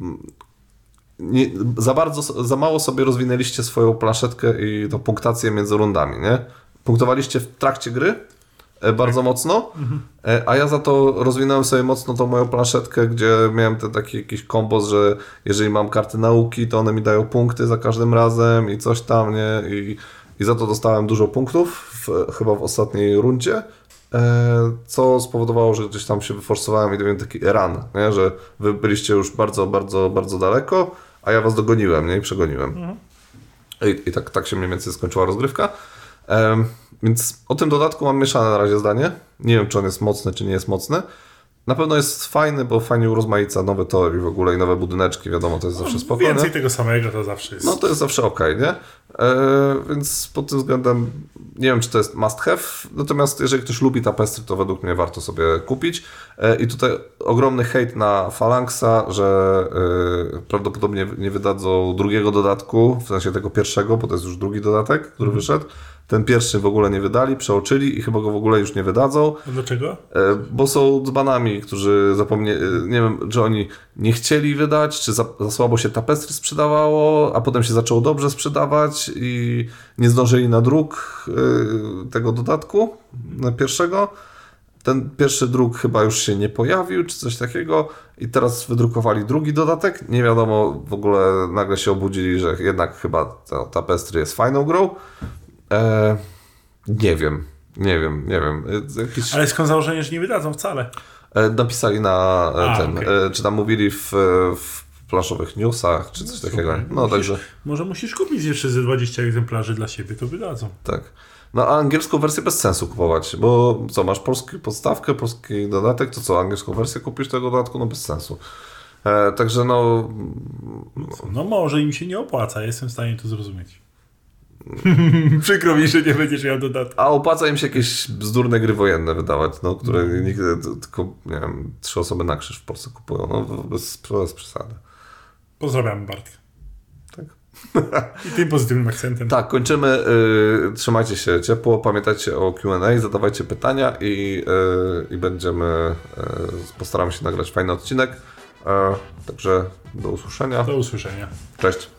Nie, za bardzo, za mało sobie rozwinęliście swoją planszetkę i tą punktację między rundami, nie? Punktowaliście w trakcie gry e, bardzo mocno, e, a ja za to rozwinąłem sobie mocno tą moją planszetkę, gdzie miałem ten taki jakiś kombos, że jeżeli mam karty nauki, to one mi dają punkty za każdym razem i coś tam, nie? I, i za to dostałem dużo punktów, w, chyba w ostatniej rundzie, e, co spowodowało, że gdzieś tam się wyforsowałem i miałem taki run, nie? Że wy byliście już bardzo, bardzo, bardzo daleko, a ja was dogoniłem, nie? I przegoniłem. Mhm. I, i tak, tak się mniej więcej skończyła rozgrywka. Um, więc o tym dodatku mam mieszane na razie zdanie. Nie wiem, czy on jest mocny, czy nie jest mocny. Na pewno jest fajny, bo fajnie urozmaica nowe tory w ogóle i nowe budyneczki, wiadomo, to jest zawsze no, spokojne. Więcej tego samego to zawsze jest. No to jest zawsze okej, okay, nie? E, więc pod tym względem nie wiem, czy to jest must have, natomiast jeżeli ktoś lubi Tapestry, to według mnie warto sobie kupić. E, I tutaj ogromny hejt na Phalanxa, że e, prawdopodobnie nie wydadzą drugiego dodatku, w sensie tego pierwszego, bo to jest już drugi dodatek, który mm. wyszedł. Ten pierwszy w ogóle nie wydali, przeoczyli i chyba go w ogóle już nie wydadzą. A dlaczego? Bo są dzbanami, którzy zapomnieli, nie wiem, czy oni nie chcieli wydać, czy za, za słabo się Tapestry sprzedawało, a potem się zaczęło dobrze sprzedawać i nie zdążyli na druk tego dodatku pierwszego. Ten pierwszy druk chyba już się nie pojawił, czy coś takiego i teraz wydrukowali drugi dodatek. Nie wiadomo, w ogóle nagle się obudzili, że jednak chyba ta Tapestry jest fajną grą. Eee, nie wiem, nie wiem, nie wiem. Jakiś... Ale skąd założenie, że nie wydadzą wcale? E, napisali na e, A, ten, okay. e, czy tam mówili w, w planszowych newsach, czy coś no, takiego. No, musisz, także... Może musisz kupić jeszcze ze dwadzieścia egzemplarzy dla siebie, to wydadzą. Tak. No a angielską wersję bez sensu kupować, bo co, masz polską podstawkę, polski dodatek, to co, angielską wersję kupisz tego dodatku? No bez sensu. E, także no... No może im się nie opłaca, jestem w stanie to zrozumieć. Przykro mi, że nie będziesz miał dodatku. A opłaca im się jakieś bzdurne gry wojenne wydawać, no, które no. nigdy, tylko, nie wiem, trzy osoby na krzyż w Polsce kupują, no bez, bez przesady. Pozdrawiam Bartka. Tak. I tym pozytywnym akcentem. Tak, kończymy. Y, trzymajcie się ciepło, pamiętajcie o Q and A, zadawajcie pytania i, y, i będziemy, y, postaramy się nagrać fajny odcinek. Y, także do usłyszenia. Do usłyszenia. Cześć.